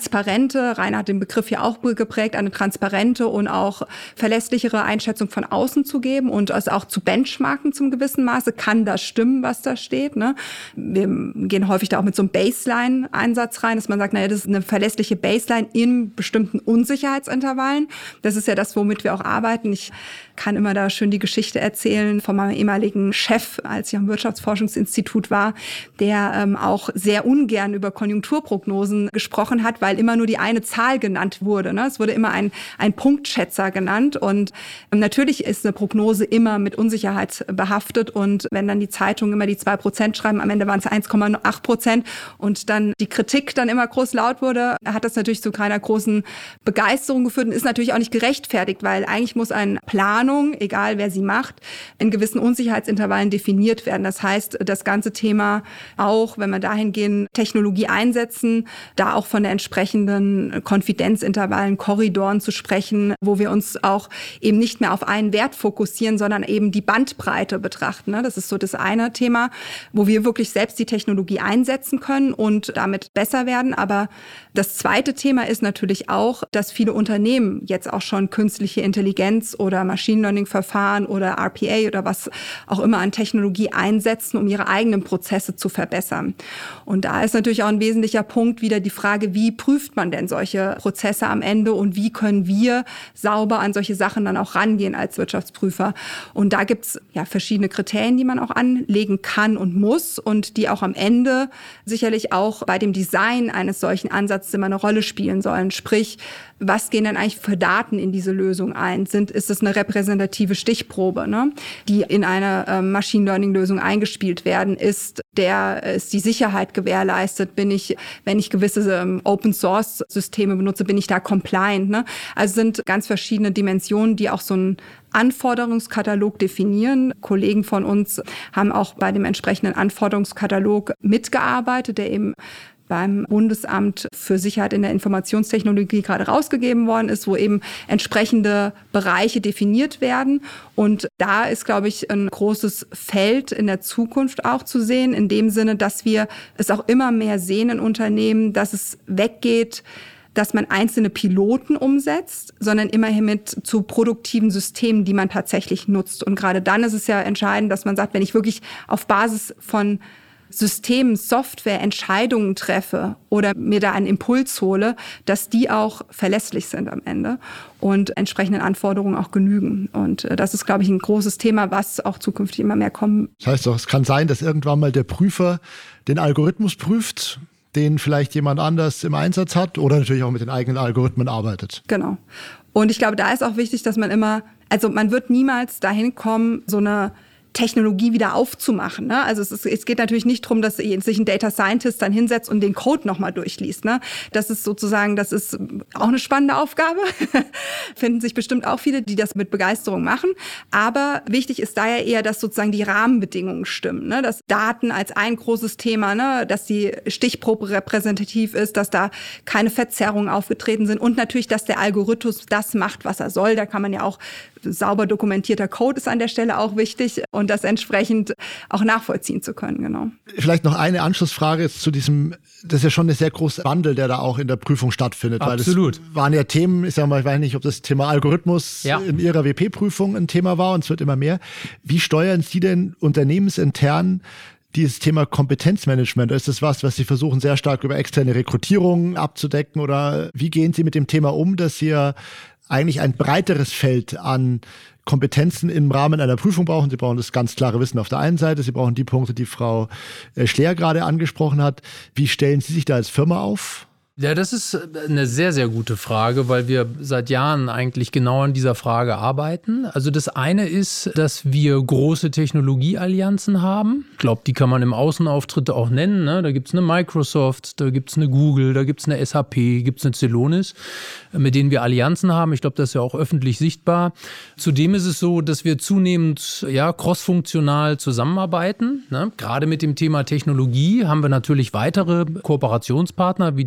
Speaker 3: transparente, Rainer hat den Begriff hier auch geprägt, eine transparente und auch verlässlichere Einschätzung von außen zu geben und es auch zu benchmarken zum gewissen Maße. Kann das stimmen, was da steht? Ne? Wir gehen häufig da auch mit so einem Baseline-Einsatz rein, dass man sagt, naja, das ist eine verlässliche Baseline in bestimmten Unsicherheitsintervallen. Das ist ja das, womit wir auch arbeiten. Ich kann immer da schön die Geschichte erzählen von meinem ehemaligen Chef, als ich am Wirtschaftsforschungsinstitut war, der ähm, auch sehr ungern über Konjunkturprognosen gesprochen hat, weil immer nur die eine Zahl genannt wurde. Ne? Es wurde immer ein, ein Punktschätzer genannt und ähm, natürlich ist eine Prognose immer mit Unsicherheit behaftet und wenn dann die Zeitungen immer die zwei Prozent schreiben, am Ende waren es eins Komma acht Prozent und dann die Kritik dann immer groß laut wurde, hat das natürlich zu keiner großen Begeisterung geführt und ist natürlich auch nicht gerechtfertigt, weil eigentlich muss eine Planung, egal wer sie macht, in gewissen Unsicherheitsintervallen definiert werden. Das heißt, das ganze Thema auch, wenn man dahingehend Technologie einsetzen, da auch von der entsprechenden Konfidenzintervallen, Korridoren zu sprechen, wo wir uns auch eben nicht mehr auf einen Wert fokussieren, sondern eben die Bandbreite betrachten. Das ist so das eine Thema, wo wir wirklich selbst die Technologie einsetzen können und damit besser werden. Aber das zweite Thema ist natürlich auch, dass viele Unternehmen jetzt auch schon künstliche Intelligenz oder Machine Learning Verfahren oder R P A oder was auch immer an Technologie einsetzen, um ihre eigenen Prozesse zu verbessern. Und da ist natürlich auch ein wesentlicher Punkt wieder die Frage, wie prüft man denn solche Prozesse am Ende und wie können wir sauber an solche Sachen dann auch rangehen als Wirtschaftsprüfer. Und da gibt's ja verschiedene Kriterien, die man auch anlegen kann und muss und die auch am Ende sicherlich auch bei dem Design eines solchen Ansatzes immer eine Rolle spielen sollen. Sprich, was gehen denn eigentlich für Daten in diese Lösung ein? Sind, ist es eine repräsentative Stichprobe, ne, die in eine äh, Machine Learning Lösung eingespielt werden? Ist der, ist die Sicherheit gewährleistet? Bin ich, wenn ich gewisse ähm, Open Source Systeme benutze, bin ich da compliant? Ne? Also sind ganz verschiedene Dimensionen, die auch so ein Anforderungskatalog definieren. Kollegen von uns haben auch bei dem entsprechenden Anforderungskatalog mitgearbeitet, der eben beim Bundesamt für Sicherheit in der Informationstechnologie gerade rausgegeben worden ist, wo eben entsprechende Bereiche definiert werden. Und da ist, glaube ich, ein großes Feld in der Zukunft auch zu sehen, in dem Sinne, dass wir es auch immer mehr sehen in Unternehmen, dass es weggeht, dass man einzelne Piloten umsetzt, sondern immerhin mit zu produktiven Systemen, die man tatsächlich nutzt. Und gerade dann ist es ja entscheidend, dass man sagt, wenn ich wirklich auf Basis von Systemen, Software, Entscheidungen treffe oder mir da einen Impuls hole, dass die auch verlässlich sind am Ende und entsprechenden Anforderungen auch genügen. Und das ist, glaube ich, ein großes Thema, was auch zukünftig immer mehr kommen.
Speaker 1: Das heißt doch, es kann sein, dass irgendwann mal der Prüfer den Algorithmus prüft, den vielleicht jemand anders im Einsatz hat oder natürlich auch mit den eigenen Algorithmen arbeitet.
Speaker 3: Genau. Und ich glaube, da ist auch wichtig, dass man immer, also man wird niemals dahin kommen, so eine Technologie wieder aufzumachen. Ne? Also es, ist, es geht natürlich nicht darum, dass sich ein Data Scientist dann hinsetzt und den Code nochmal durchliest. Ne? Das ist sozusagen, das ist auch eine spannende Aufgabe. Finden sich bestimmt auch viele, die das mit Begeisterung machen. Aber wichtig ist da ja eher, dass sozusagen die Rahmenbedingungen stimmen. Ne? Dass Daten als ein großes Thema, ne? Dass die Stichprobe repräsentativ ist, dass da keine Verzerrungen aufgetreten sind und natürlich, dass der Algorithmus das macht, was er soll. Da kann man ja auch sauber dokumentierter Code ist an der Stelle auch wichtig und das entsprechend auch nachvollziehen zu können, genau.
Speaker 1: Vielleicht noch eine Anschlussfrage zu diesem, das ist ja schon ein sehr großer Wandel, der da auch in der Prüfung stattfindet.
Speaker 2: Absolut.
Speaker 1: Weil es waren ja Themen, ich sag mal, ich weiß nicht, ob das Thema Algorithmus
Speaker 2: ja.
Speaker 1: in Ihrer W P-Prüfung ein Thema war und es wird immer mehr. Wie steuern Sie denn unternehmensintern dieses Thema Kompetenzmanagement? Ist das was, was Sie versuchen, sehr stark über externe Rekrutierung abzudecken oder wie gehen Sie mit dem Thema um, dass Sie ja eigentlich ein breiteres Feld an Kompetenzen im Rahmen einer Prüfung brauchen? Sie brauchen das ganz klare Wissen auf der einen Seite, Sie brauchen die Punkte, die Frau Schleer gerade angesprochen hat. Wie stellen Sie sich da als Firma auf?
Speaker 2: Ja, das ist eine sehr, sehr gute Frage, weil wir seit Jahren eigentlich genau an dieser Frage arbeiten. Also das eine ist, dass wir große Technologieallianzen haben. Ich glaube, die kann man im Außenauftritt auch nennen. Ne? Da gibt es eine Microsoft, da gibt es eine Google, da gibt es eine S A P, gibt es eine Celonis, mit denen wir Allianzen haben. Ich glaube, das ist ja auch öffentlich sichtbar. Zudem ist es so, dass wir zunehmend ja, crossfunktional zusammenarbeiten. Ne? Gerade mit dem Thema Technologie haben wir natürlich weitere Kooperationspartner wie die Professoren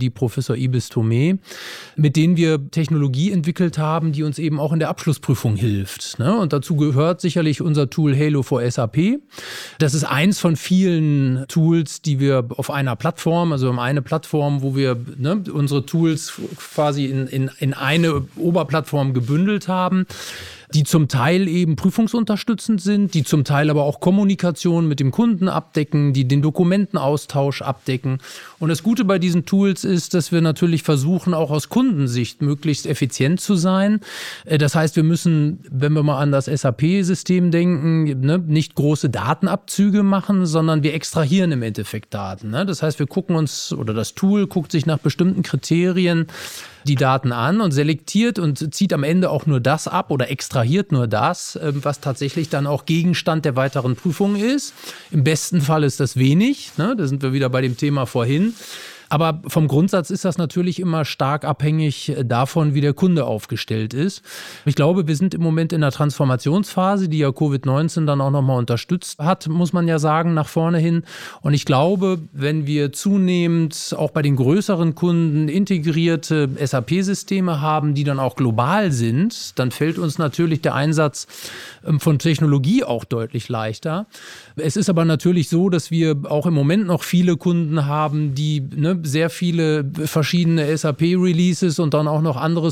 Speaker 2: Professor Ibis Thomé, mit denen wir Technologie entwickelt haben, die uns eben auch in der Abschlussprüfung hilft. Ne? Und dazu gehört sicherlich unser Tool Halo for S A P. Das ist eins von vielen Tools, die wir auf einer Plattform, also um eine Plattform, wo wir ne, unsere Tools quasi in, in, in eine Oberplattform gebündelt haben, die zum Teil eben prüfungsunterstützend sind, die zum Teil aber auch Kommunikation mit dem Kunden abdecken, die den Dokumentenaustausch abdecken. Und das Gute bei diesen Tools ist, dass wir natürlich versuchen, auch aus Kundensicht möglichst effizient zu sein. Das heißt, wir müssen, wenn wir mal an das S A P-System denken, ne, nicht große Datenabzüge machen, sondern wir extrahieren im Endeffekt Daten. Ne? Das heißt, wir gucken uns, oder das Tool guckt sich nach bestimmten Kriterien die Daten an und selektiert und zieht am Ende auch nur das ab oder extrahiert nur das, was tatsächlich dann auch Gegenstand der weiteren Prüfung ist. Im besten Fall ist das wenig, ne? Da sind wir wieder bei dem Thema vorhin. Aber vom Grundsatz ist das natürlich immer stark abhängig davon, wie der Kunde aufgestellt ist. Ich glaube, wir sind im Moment in einer Transformationsphase, die ja Covid neunzehn dann auch nochmal unterstützt hat, muss man ja sagen, nach vorne hin. Und ich glaube, wenn wir zunehmend auch bei den größeren Kunden integrierte S A P-Systeme haben, die dann auch global sind, dann fällt uns natürlich der Einsatz von Technologie auch deutlich leichter. Es ist aber natürlich so, dass wir auch im Moment noch viele Kunden haben, die ne, sehr viele verschiedene S A P-Releases und dann auch noch andere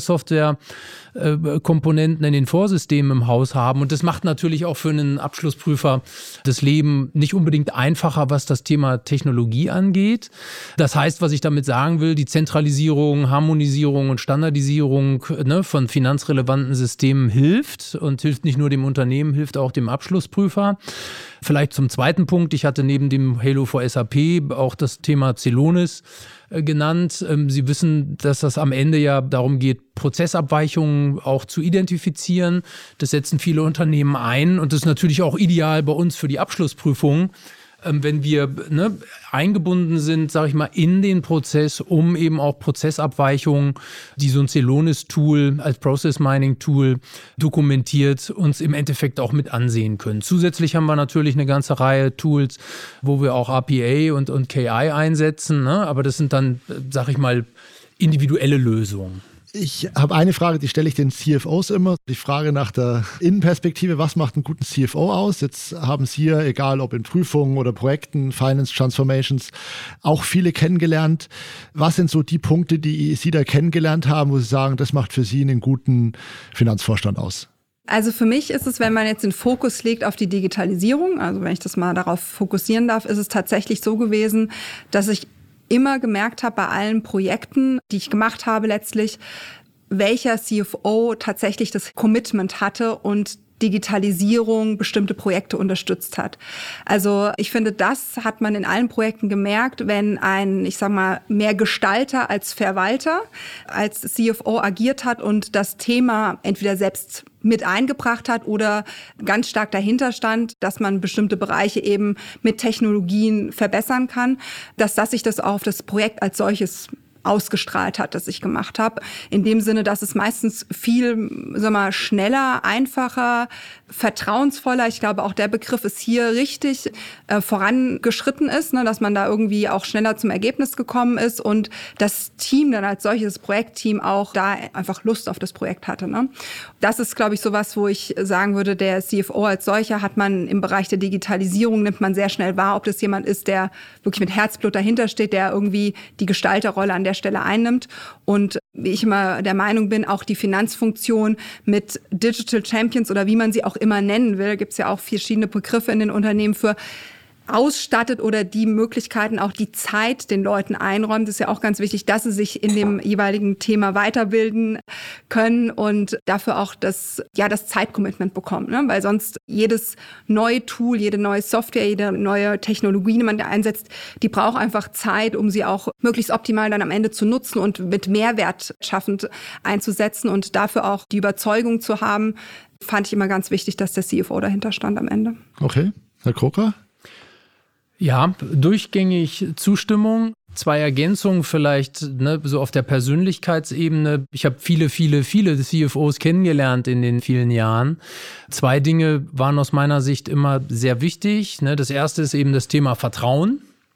Speaker 2: Software-Komponenten in den Vorsystemen im Haus haben. Und das macht natürlich auch für einen Abschlussprüfer das Leben nicht unbedingt einfacher, was das Thema Technologie angeht. Das heißt, was ich damit sagen will, die Zentralisierung, Harmonisierung und Standardisierung ne, von finanzrelevanten Systemen hilft und hilft nicht nur dem Unternehmen, hilft auch dem Abschlussprüfer. Vielleicht zum zweiten Punkt. Ich hatte neben dem Halo for S A P auch das Thema Celonis äh, genannt. Ähm, Sie wissen, dass das am Ende ja darum geht, Prozessabweichungen auch zu identifizieren. Das setzen viele Unternehmen ein und das ist natürlich auch ideal bei uns für die Abschlussprüfung, ähm, wenn wir ne, eingebunden sind, sage ich mal, in den Prozess, um eben auch Prozessabweichungen, die so ein Celonis-Tool als Process-Mining-Tool dokumentiert, uns im Endeffekt auch mit ansehen können. Zusätzlich haben wir natürlich eine ganze Reihe Tools, wo wir auch R P A und, und K I einsetzen, ne? Aber das sind dann, sage ich mal, individuelle Lösungen.
Speaker 1: Ich habe eine Frage, die stelle ich den C F Os immer. Die Frage nach der Innenperspektive, was macht einen guten C F O aus? Jetzt haben Sie ja, egal ob in Prüfungen oder Projekten, Finance Transformations, auch viele kennengelernt. Was sind so die Punkte, die Sie da kennengelernt haben, wo Sie sagen, das macht für Sie einen guten Finanzvorstand aus?
Speaker 3: Also für mich ist es, wenn man jetzt den Fokus legt auf die Digitalisierung, also wenn ich das mal darauf fokussieren darf, ist es tatsächlich so gewesen, dass ich immer gemerkt habe bei allen Projekten, die ich gemacht habe letztlich, welcher C F O tatsächlich das Commitment hatte und Digitalisierung bestimmte Projekte unterstützt hat. Also ich finde, das hat man in allen Projekten gemerkt, wenn ein, ich sag mal, mehr Gestalter als Verwalter als C F O agiert hat und das Thema entweder selbst mit eingebracht hat oder ganz stark dahinter stand, dass man bestimmte Bereiche eben mit Technologien verbessern kann, dass das sich das auch auf das Projekt als solches ausgestrahlt hat, das ich gemacht habe. In dem Sinne, dass es meistens viel, sag mal, schneller, einfacher, vertrauensvoller, ich glaube auch der Begriff ist hier richtig, äh, vorangeschritten ist, ne, dass man da irgendwie auch schneller zum Ergebnis gekommen ist und das Team dann als solches, das Projektteam auch da einfach Lust auf das Projekt hatte. Ne. Das ist, glaube ich, sowas, wo ich sagen würde, der C F O als solcher hat man im Bereich der Digitalisierung, nimmt man sehr schnell wahr, ob das jemand ist, der wirklich mit Herzblut dahinter steht, der irgendwie die Gestalterrolle an der Stelle einnimmt. Und wie ich immer der Meinung bin, auch die Finanzfunktion mit Digital Champions oder wie man sie auch immer nennen will, gibt es ja auch verschiedene Begriffe in den Unternehmen für, ausstattet oder die Möglichkeiten, auch die Zeit den Leuten einräumt. Das ist ja auch ganz wichtig, dass sie sich in dem jeweiligen Thema weiterbilden können und dafür auch das, ja, das Zeitcommitment bekommen. Ne? Weil sonst jedes neue Tool, jede neue Software, jede neue Technologie, die man da einsetzt, die braucht einfach Zeit, um sie auch möglichst optimal dann am Ende zu nutzen und mit Mehrwert schaffend einzusetzen und dafür auch die Überzeugung zu haben, fand ich immer ganz wichtig, dass der C F O dahinter stand am Ende.
Speaker 1: Okay, Herr Kroker?
Speaker 2: Ja, durchgängig Zustimmung. Zwei Ergänzungen vielleicht ne, so auf der Persönlichkeitsebene. Ich habe viele, viele, viele C F Os kennengelernt in den vielen Jahren. Zwei Dinge waren aus meiner Sicht immer sehr wichtig. Ne. Das erste ist eben das Thema Vertrauen.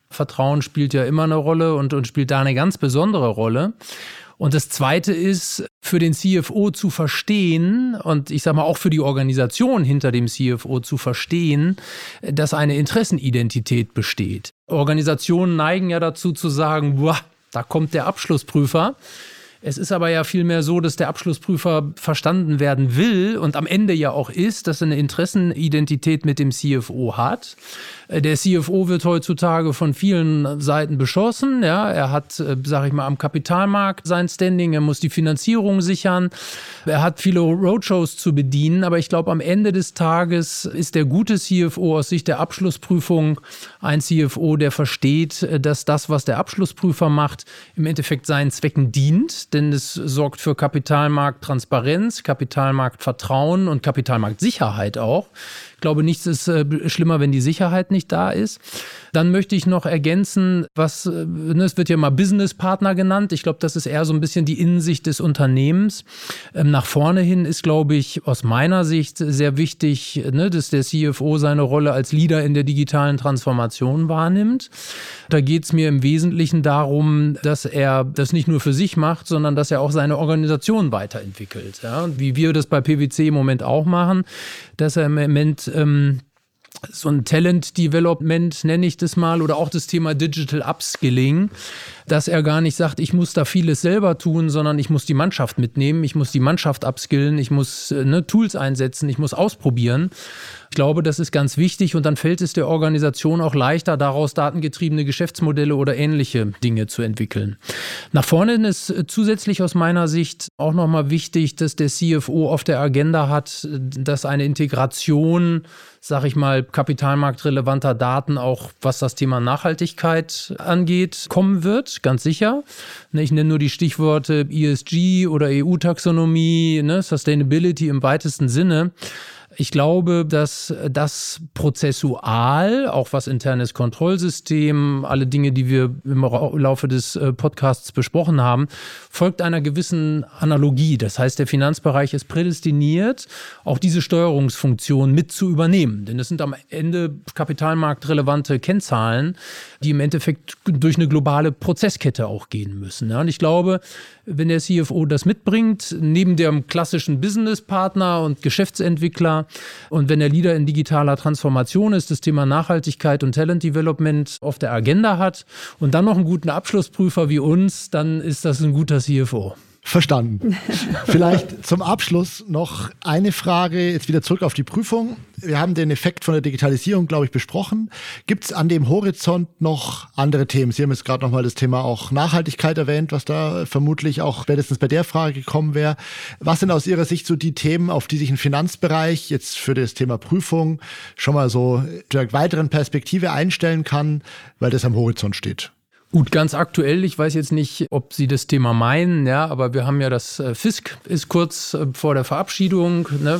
Speaker 2: Vertrauen spielt ja immer eine Rolle und, und spielt da eine ganz besondere Rolle. Und das Zweite ist, für den C F O zu verstehen und ich sage mal auch für die Organisation hinter dem C F O zu verstehen, dass eine Interessenidentität besteht. Organisationen neigen ja dazu zu sagen, boah, da kommt der Abschlussprüfer. Es ist aber ja vielmehr so, dass der Abschlussprüfer verstanden werden will und am Ende ja auch ist, dass er eine Interessenidentität mit dem C F O hat. Der C F O wird heutzutage von vielen Seiten beschossen. Ja, er hat, sage ich mal, am Kapitalmarkt sein Standing, er muss die Finanzierung sichern, er hat viele Roadshows zu bedienen. Aber ich glaube, am Ende des Tages ist der gute C F O aus Sicht der Abschlussprüfung ein C F O, der versteht, dass das, was der Abschlussprüfer macht, im Endeffekt seinen Zwecken dient. Denn es sorgt für Kapitalmarkttransparenz, Kapitalmarktvertrauen und Kapitalmarktsicherheit auch. Ich glaube, nichts ist äh, schlimmer, wenn die Sicherheit nicht da ist. Dann möchte ich noch ergänzen, was, äh, es wird ja mal Businesspartner genannt. Ich glaube, das ist eher so ein bisschen die Innensicht des Unternehmens. Ähm, nach vorne hin ist, glaube ich, aus meiner Sicht sehr wichtig, ne, dass der C F O seine Rolle als Leader in der digitalen Transformation wahrnimmt. Da geht es mir im Wesentlichen darum, dass er das nicht nur für sich macht, sondern dass er auch seine Organisation weiterentwickelt. Ja? Wie wir das bei P W C im Moment auch machen, dass er im Moment ähm, so ein Talent-Development, nenne ich das mal, oder auch das Thema Digital Upskilling, dass er gar nicht sagt, ich muss da vieles selber tun, sondern ich muss die Mannschaft mitnehmen, ich muss die Mannschaft upskillen, ich muss ne, Tools einsetzen, ich muss ausprobieren. Ich glaube, das ist ganz wichtig und dann fällt es der Organisation auch leichter, daraus datengetriebene Geschäftsmodelle oder ähnliche Dinge zu entwickeln. Nach vorne ist zusätzlich aus meiner Sicht auch nochmal wichtig, dass der C F O auf der Agenda hat, dass eine Integration, sag ich mal, kapitalmarktrelevanter Daten auch, was das Thema Nachhaltigkeit angeht, kommen wird, ganz sicher. Ich nenne nur die Stichworte E S G oder E U-Taxonomie, ne, Sustainability im weitesten Sinne. Ich glaube, dass das prozessual, auch was internes Kontrollsystem, alle Dinge, die wir im Laufe des Podcasts besprochen haben, folgt einer gewissen Analogie. Das heißt, der Finanzbereich ist prädestiniert, auch diese Steuerungsfunktion mit zu übernehmen. Denn es sind am Ende kapitalmarktrelevante Kennzahlen, die im Endeffekt durch eine globale Prozesskette auch gehen müssen. Und ich glaube, wenn der C F O das mitbringt, neben dem klassischen Businesspartner und Geschäftsentwickler und wenn der Leader in digitaler Transformation ist, das Thema Nachhaltigkeit und Talent Development auf der Agenda hat und dann noch einen guten Abschlussprüfer wie uns, dann ist das ein guter C F O.
Speaker 1: Verstanden. Vielleicht zum Abschluss noch eine Frage, jetzt wieder zurück auf die Prüfung. Wir haben den Effekt von der Digitalisierung, glaube ich, besprochen. Gibt es an dem Horizont noch andere Themen? Sie haben jetzt gerade nochmal das Thema auch Nachhaltigkeit erwähnt, was da vermutlich auch spätestens bei der Frage gekommen wäre. Was sind aus Ihrer Sicht so die Themen, auf die sich ein Finanzbereich jetzt für das Thema Prüfung schon mal so der weiteren Perspektive einstellen kann, weil das am Horizont steht?
Speaker 2: Gut, ganz aktuell, ich weiß jetzt nicht, ob Sie das Thema meinen, ja, aber wir haben ja das äh, F I S C, ist kurz äh, vor der Verabschiedung, ne,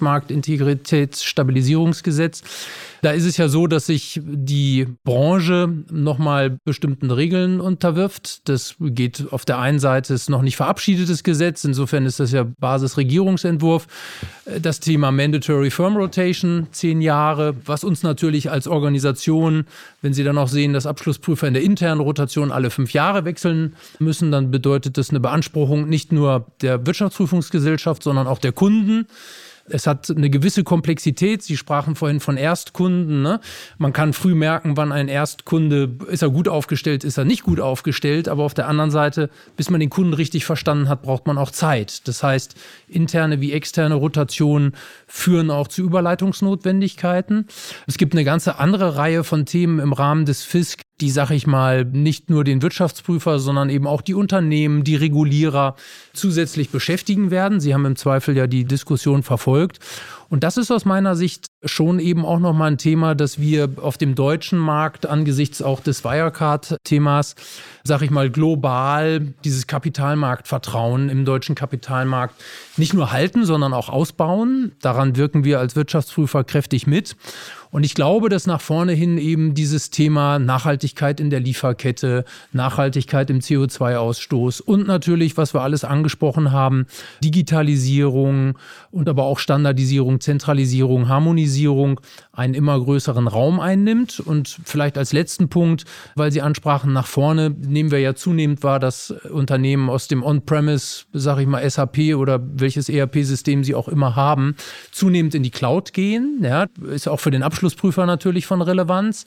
Speaker 2: Finanzmarktintegritätsstabilisierungsgesetz. Da ist es ja so, dass sich die Branche nochmal bestimmten Regeln unterwirft. Das geht auf der einen Seite, ist noch nicht verabschiedetes Gesetz, insofern ist das ja Basisregierungsentwurf. Das Thema Mandatory Firm Rotation, zehn Jahre, was uns natürlich als Organisation, wenn Sie dann auch sehen, dass Abschlussprüfer in der internen Rotation alle fünf Jahre wechseln müssen, dann bedeutet das eine Beanspruchung nicht nur der Wirtschaftsprüfungsgesellschaft, sondern auch der Kunden. Es hat eine gewisse Komplexität. Sie sprachen vorhin von Erstkunden. Ne? Man kann früh merken, wann ein Erstkunde, ist er gut aufgestellt, ist er nicht gut aufgestellt. Aber auf der anderen Seite, bis man den Kunden richtig verstanden hat, braucht man auch Zeit. Das heißt, interne wie externe Rotationen führen auch zu Überleitungsnotwendigkeiten. Es gibt eine ganze andere Reihe von Themen im Rahmen des F I S C, die, sag ich mal, nicht nur den Wirtschaftsprüfer, sondern eben auch die Unternehmen, die Regulierer zusätzlich beschäftigen werden. Sie haben im Zweifel ja die Diskussion verfolgt. Und das ist aus meiner Sicht schon eben auch nochmal ein Thema, dass wir auf dem deutschen Markt angesichts auch des Wirecard-Themas, sag ich mal, global dieses Kapitalmarktvertrauen im deutschen Kapitalmarkt nicht nur halten, sondern auch ausbauen. Daran wirken wir als Wirtschaftsprüfer kräftig mit. Und ich glaube, dass nach vorne hin eben dieses Thema Nachhaltigkeit in der Lieferkette, Nachhaltigkeit im C O zwei Ausstoß und natürlich, was wir alles angesprochen haben, Digitalisierung und aber auch Standardisierung Automatisierung, Zentralisierung, Harmonisierung einen immer größeren Raum einnimmt. Und vielleicht als letzten Punkt, weil Sie ansprachen, nach vorne nehmen wir ja zunehmend wahr, dass Unternehmen aus dem On-Premise, sage ich mal S A P oder welches E R P-System sie auch immer haben, zunehmend in die Cloud gehen. Ja, ist auch für den Abschlussprüfer natürlich von Relevanz.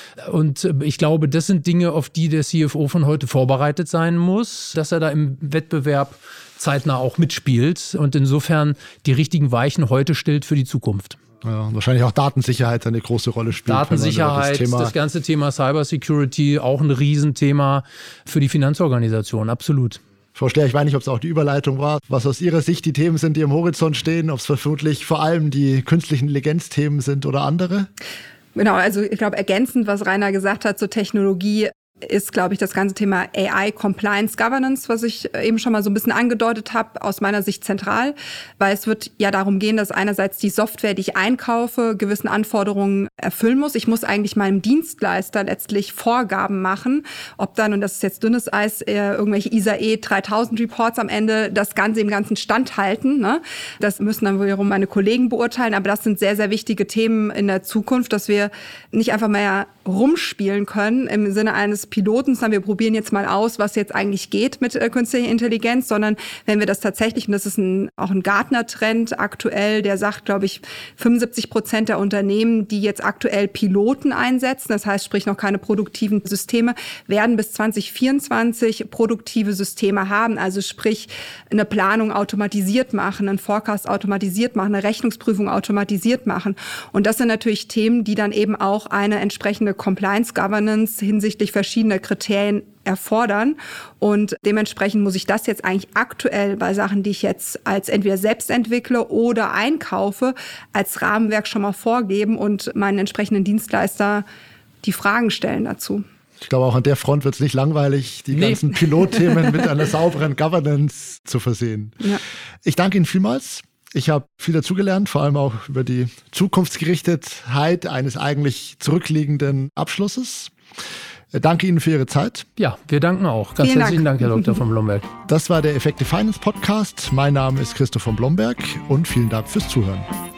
Speaker 2: Und ich glaube, das sind Dinge, auf die der C F O von heute vorbereitet sein muss, dass er da im Wettbewerb zeitnah auch mitspielt und insofern die richtigen Weichen heute stellt für die Zukunft.
Speaker 1: Ja, wahrscheinlich auch Datensicherheit eine große Rolle spielt.
Speaker 2: Datensicherheit, das, das ganze Thema Cybersecurity, auch ein Riesenthema für die Finanzorganisation, absolut.
Speaker 1: Frau Schler, ich weiß nicht, ob es auch die Überleitung war, was aus Ihrer Sicht die Themen sind, die am Horizont stehen, ob es vermutlich vor allem die künstlichen Intelligenzthemen sind oder andere?
Speaker 3: Genau, also ich glaube, ergänzend, was Rainer gesagt hat zur Technologie, ist, glaube ich, das ganze Thema A I Compliance Governance, was ich eben schon mal so ein bisschen angedeutet habe, aus meiner Sicht zentral, weil es wird ja darum gehen, dass einerseits die Software, die ich einkaufe, gewissen Anforderungen erfüllen muss. Ich muss eigentlich meinem Dienstleister letztlich Vorgaben machen, ob dann, und das ist jetzt dünnes Eis, irgendwelche I S A E dreitausend Reports am Ende das Ganze im Ganzen standhalten. Ne? Das müssen dann wiederum meine Kollegen beurteilen, aber das sind sehr, sehr wichtige Themen in der Zukunft, dass wir nicht einfach mehr rumspielen können im Sinne eines Piloten, sondern wir probieren jetzt mal aus, was jetzt eigentlich geht mit äh, künstlicher Intelligenz, sondern wenn wir das tatsächlich, und das ist ein, auch ein Gartner-Trend aktuell, der sagt, glaube ich, fünfundsiebzig Prozent der Unternehmen, die jetzt aktuell Piloten einsetzen, das heißt, sprich noch keine produktiven Systeme, werden bis zwanzig vierundzwanzig produktive Systeme haben, also sprich eine Planung automatisiert machen, einen Forecast automatisiert machen, eine Rechnungsprüfung automatisiert machen. Und das sind natürlich Themen, die dann eben auch eine entsprechende Compliance Governance hinsichtlich verschiedener Kriterien erfordern. Und dementsprechend muss ich das jetzt eigentlich aktuell bei Sachen, die ich jetzt als entweder selbst entwickle oder einkaufe, als Rahmenwerk schon mal vorgeben und meinen entsprechenden Dienstleister die Fragen stellen dazu.
Speaker 1: Ich glaube, auch an der Front wird es nicht langweilig, die nee. ganzen Pilotthemen mit einer sauberen Governance zu versehen. Ja. Ich danke Ihnen vielmals. Ich habe viel dazugelernt, vor allem auch über die Zukunftsgerichtetheit eines eigentlich zurückliegenden Abschlusses. Danke Ihnen für Ihre Zeit.
Speaker 2: Ja, wir danken auch. Ganz Vielen herzlichen Dank, Dank Herr Doktor von Blomberg.
Speaker 1: Das war der Effective Finance Podcast. Mein Name ist Christoph von Blomberg und vielen Dank fürs Zuhören.